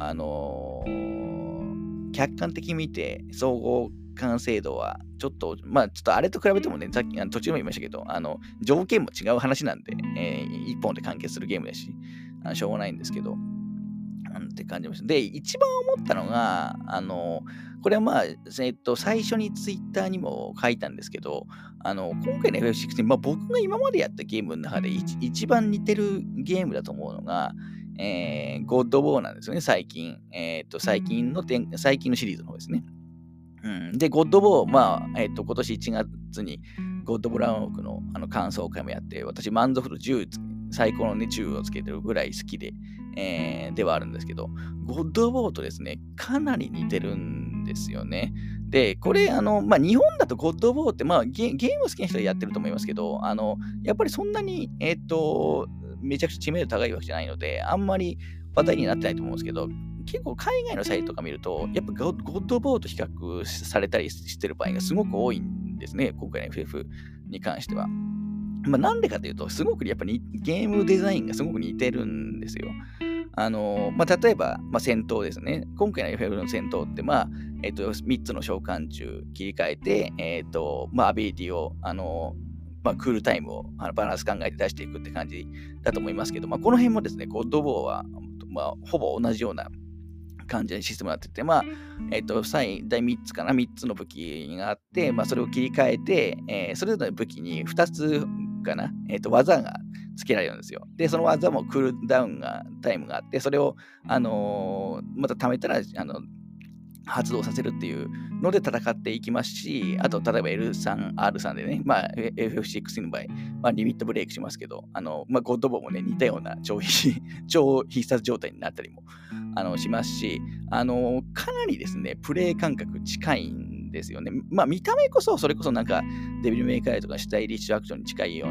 客観的に見て、総合完成度は、ちょっとあれと比べてもね、さっき途中も言いましたけど、条件も違う話なんで、一本で完結するゲームだし、しょうがないんですけど、って感じました。で、一番思ったのが、これはまあ、最初にツイッターにも書いたんですけど、今回の FF16、まあ僕が今までやったゲームの中で一番似てるゲームだと思うのが、ゴッド・ウォーなんですよね、最近。最近のシリーズの方ですね。で、ゴッド・ウォー、まあ、今年1月にゴッド・ブラウンオークの感想会もやって、私満足度10、最高のね、10をつけてるぐらい好きで、ではあるんですけど、ゴッド・ウォーとですね、かなり似てるんですよね。で、これ、まあ、日本だとゴッド・ウォーって、まあゲーム好きな人はやってると思いますけど、やっぱりそんなに、めちゃくちゃ知名度高いわけじゃないので、あんまり話題になってないと思うんですけど、結構海外のサイトとか見ると、やっぱゴッド・ウォーと比較されたりしてる場合がすごく多いんですね、今回の FF に関しては。まあ、なんでかというと、すごくやっぱりゲームデザインがすごく似てるんですよ。まあ、例えば、まあ、戦闘ですね。今回の FF の戦闘って、まあ、3つの召喚獣切り替えて、まあ、アビリティを、まあ、クールタイムをバランス考えて出していくって感じだと思いますけど、まあ、この辺もですね、ゴッド・ウォーは、まあ、ほぼ同じような感じでシステムになってて、まあ、最大3つかな、3つの武器があって、まあ、それを切り替えて、それぞれの武器に2つかな、技がつけられるんですよ。で、その技もクールダウンタイムがあって、それを、また貯めたら、発動させるっていうので戦っていきますし、あと、例えば L3、R3 でね、まあ、FF6 の場合、まあ、リミットブレイクしますけど、まあ、ゴッドボーもね、似たような超必殺状態になったりもしますし、かなりですね、プレイ感覚近いんですよね。まあ、見た目こそ、それこそなんか、デビルメイクアイとかスタイリッシュアクションに近いような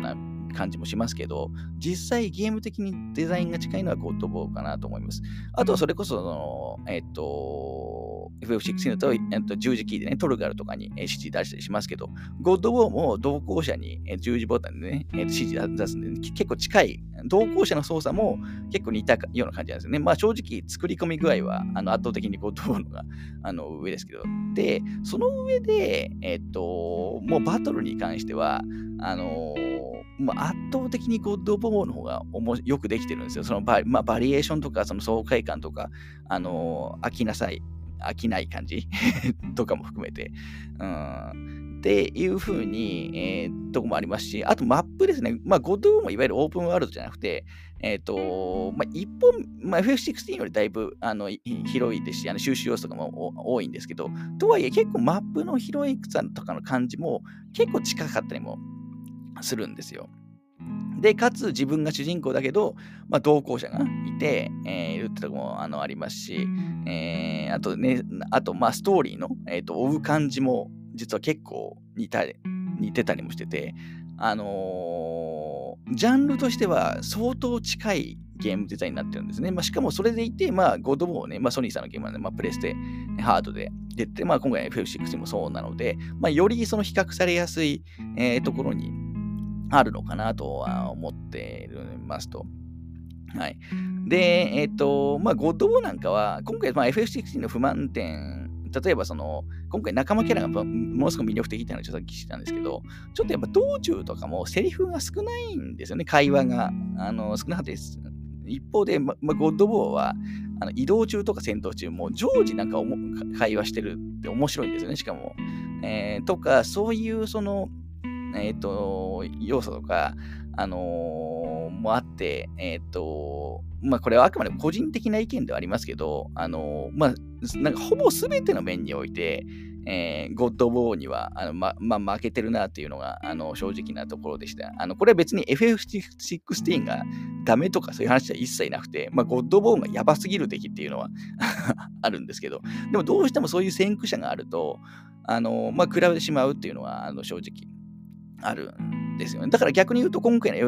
感じもしますけど、実際ゲーム的にデザインが近いのはゴッドボーかなと思います。あとはそれこそ、FF16 だと、十字キーでね、トルガルとかに指示出したりしますけど、ゴッドボーも同行者に十字ボタンでね、指示出すんで、結構近い、同行者の操作も結構似たような感じなんですよね。まあ正直作り込み具合は圧倒的にゴッドボーのが上ですけど、で、その上で、もうバトルに関しては、もう圧倒的にゴッドボーの方がよくできてるんですよ。そのバリエーションとか、その爽快感とか、飽きない感じとかも含めて、っていう風に、とこもありますし、あとマップですね。まあ、ゴッドボーもいわゆるオープンワールドじゃなくて、FF16 よりだいぶ広いですし、収集要素とかも多いんですけど、とはいえ結構マップの広いさとかの感じも結構近かったりもするんですよ。で、かつ自分が主人公だけど、同行者がいて、いるってとこもありますし、あとね、ストーリーの、追う感じも実は結構似てたりもしてて、ジャンルとしては相当近いゲームデザインになってるんですね。しかもそれでいて、ゴッドボーね、ソニーさんのゲームなんで、プレステハードで出て、今回 FF6 もそうなので、よりその比較されやすい、ところにあるのかなとは思っていますと。はい。で、ゴッドボーなんかは、今回、FF16 の不満点、例えば今回仲間キャラがものすごく魅力的っていうのをさっき知ったんですけど、ちょっとやっぱ道中とかもセリフが少ないんですよね、会話が。少なかったです。一方で、ゴッドボーは、移動中とか戦闘中も常時なんか会話してるって面白いんですよね、しかも。とか、そういう要素とか、もあって、これはあくまで個人的な意見ではありますけど、なんかほぼ全ての面において、ゴッドボーには負けてるなっていうのが正直なところでした。これは別に FF16 がダメとかそういう話は一切なくて、ゴッドボーがやばすぎる敵っていうのはあるんですけど、でもどうしてもそういう先駆者があると、比べてしまうっていうのは正直あるんですよね。だから逆に言うと、今回の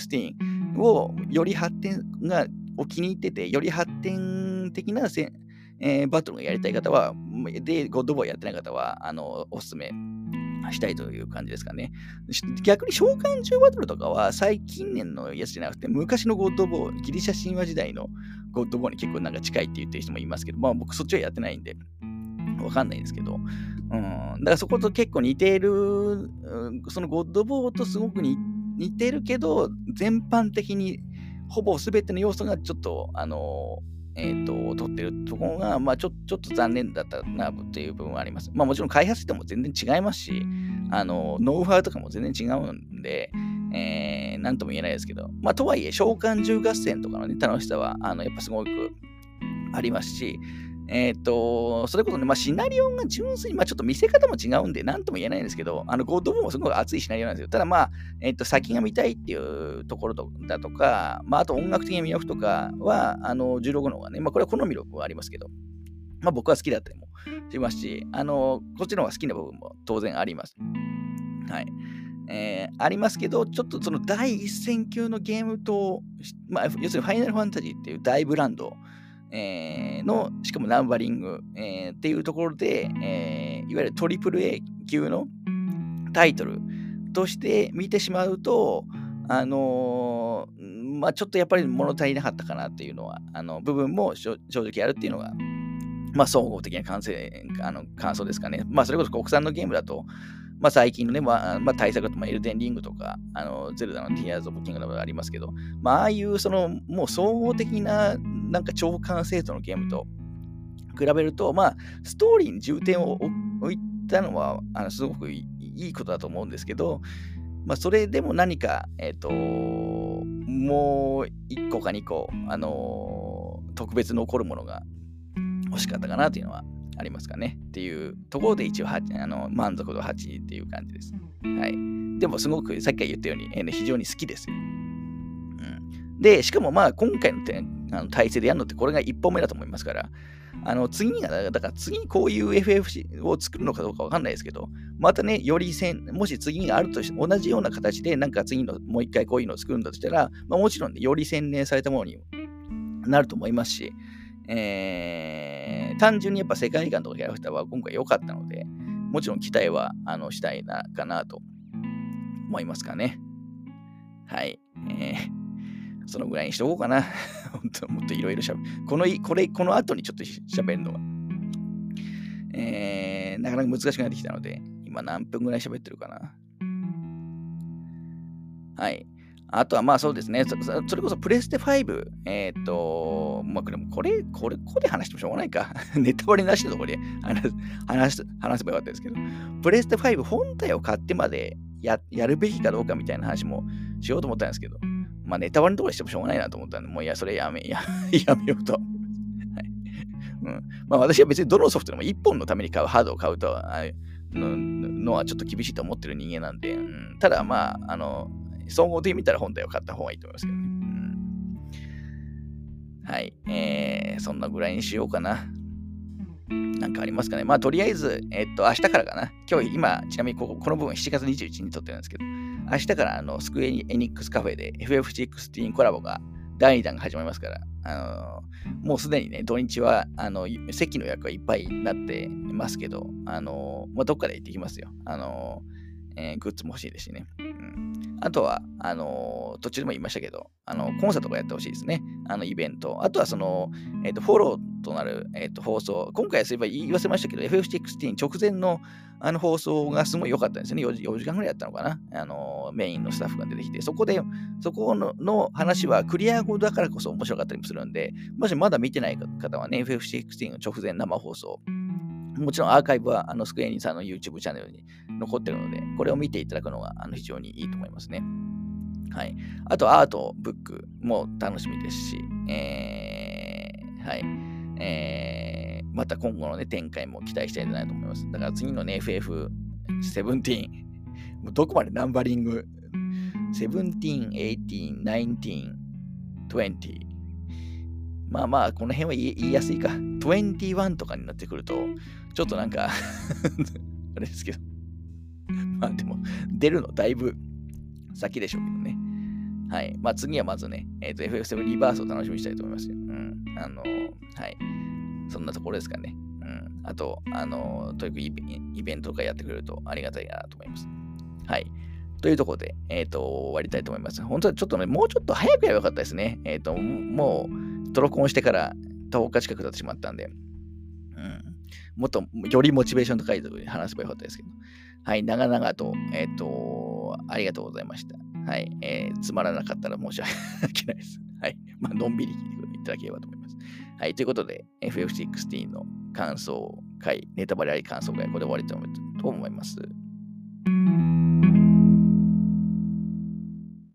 FF16 をよりを気に入ってて、より発展的なバトルをやりたい方は、で、ゴッドボーやってない方は、おすすめしたいという感じですかね。逆に召喚獣バトルとかは最近年のやつじゃなくて、昔のゴッドボー、ギリシャ神話時代のゴッドボーに結構なんか近いって言ってる人もいますけど、僕そっちはやってないんで、わかんないんですけど、だからそこと結構似ている、そのゴッドボーとすごく似てるけど、全般的にほぼ全ての要素がちょっと、取ってるところが、ちょっと残念だったなという部分はあります。もちろん開発しても全然違いますし、ノウハウとかも全然違うんで、なんとも言えないですけど、とはいえ、召喚獣合戦とかのね、楽しさは、やっぱすごくありますし、それこそね、シナリオが純粋に、ちょっと見せ方も違うんで、なんとも言えないんですけど、ゴッドボーもすごい熱いシナリオなんですよ。ただ先が見たいっていうところだとか、あと音楽的な魅力とかは、16の方がね、これは好み力はありますけど、僕は好きだったりもしますし、こっちの方が好きな部分も当然あります。はい。ありますけど、ちょっとその第一線級のゲームと、要するにファイナルファンタジーっていう大ブランド、しかもナンバリング、っていうところで、いわゆるトリプル A 級のタイトルとして見てしまうと、ちょっとやっぱり物足りなかったかなっていうのは、部分も正直あるっていうのが、総合的な感想ですかね。それこそ国産のゲームだと、最近のね、対策とエルデンリングとか、ゼルダのティアーズ・オブ・キングダムがありますけど、ああいう、もう総合的な、なんか超完成度のゲームと比べると、ストーリーに重点を置いたのは、すごくいいことだと思うんですけど、それでも何か、もう1個か2個、特別残るものが欲しかったかなというのはありますかね。っていうところで一応満足度8っていう感じです。はい。でもすごくさっきから言ったように、非常に好きですよ。で、しかも今回の体制でやるのってこれが1本目だと思いますから、 次が、だから次にこういう FFC を作るのかどうかわかんないですけど、またね、もし次があるとして、同じような形で、なんか次のもう一回こういうのを作るんだとしたら、まあ、もちろんね、より洗練されたものになると思いますし、単純にやっぱ世界観とかキャラクターは今回良かったので、もちろん期待はしたいなかなと思いますかね。はい。そのぐらいにしとこうかな。本当もっといろいろこの後にちょっと喋るのは、なかなか難しくなってきたので、今何分ぐらい喋ってるかな。はい。あとはまあそうですね。それこそプレステ5、まあここで話してもしょうがないか。ネタバレなしのところで話せばよかったですけど、プレステ5本体を買ってまでやるべきかどうかみたいな話もしようと思ったんですけど、まあネタバレのところでしてもしょうがないなと思ったんで、もういや、それやめようと。はい。まあ私は別にどのソフトでも1本のためにハードを買うとのはちょっと厳しいと思ってる人間なんで、ただまあ、総合的に見たら本体を買った方がいいと思いますけどね。はい。そんなぐらいにしようかな。なんかありますかね。まあ、とりあえず、明日からかな。今、ちなみにこの部分7月21日に撮ってるんですけど、明日からスクエニックスカフェで FF16 コラボが第2弾が始まりますから、もうすでにね、土日は席の予約はいっぱいになってますけど、まあ、どっかで行ってきますよ。グッズも欲しいですしね。あとは、途中でも言いましたけど、コンサートがやってほしいですね。イベント。あとは、フォローとなる、放送。今回はそういえば言い忘れましたけど、FF16 直前の放送がすごい良かったんですよね。4時間ぐらいやったのかな。メインのスタッフが出てきて、そこの話はクリア後だからこそ面白かったりもするんで、もしまだ見てない方はね、FF16 の直前生放送、もちろんアーカイブはスクエニさんの YouTube チャンネルに残ってるので、これを見ていただくのが非常にいいと思いますね。はい。あと、アートブックも楽しみですし、はい。また今後のね、展開も期待したいなと思います。だから次のね、FF17、もうどこまでナンバリング、17、18、19、20、まあまあ、この辺は言いやすいか。21とかになってくると、ちょっとなんかあれですけど。まあでも、出るのだいぶ先でしょうけどね。はい。まあ次はまずね、FF7 リバースを楽しみにしたいと思いますよ。はい。そんなところですかね。あと、とにかくイベントとかやってくれるとありがたいなと思います。はい。というところで、終わりたいと思います。本当はちょっとね、もうちょっと早くやればよかったですね。もう、トロコンしてから10日近く経ってしまったんで、もっとよりモチベーション高いところで話せばよかったですけど、はい、長々と、ありがとうございました。はい、つまらなかったら申し訳ないです。はい、まあ、のんびり聞いていただければと思います。はい、ということで、FF16 の感想会、ネタバレあり感想会、これで終わりたいと思います。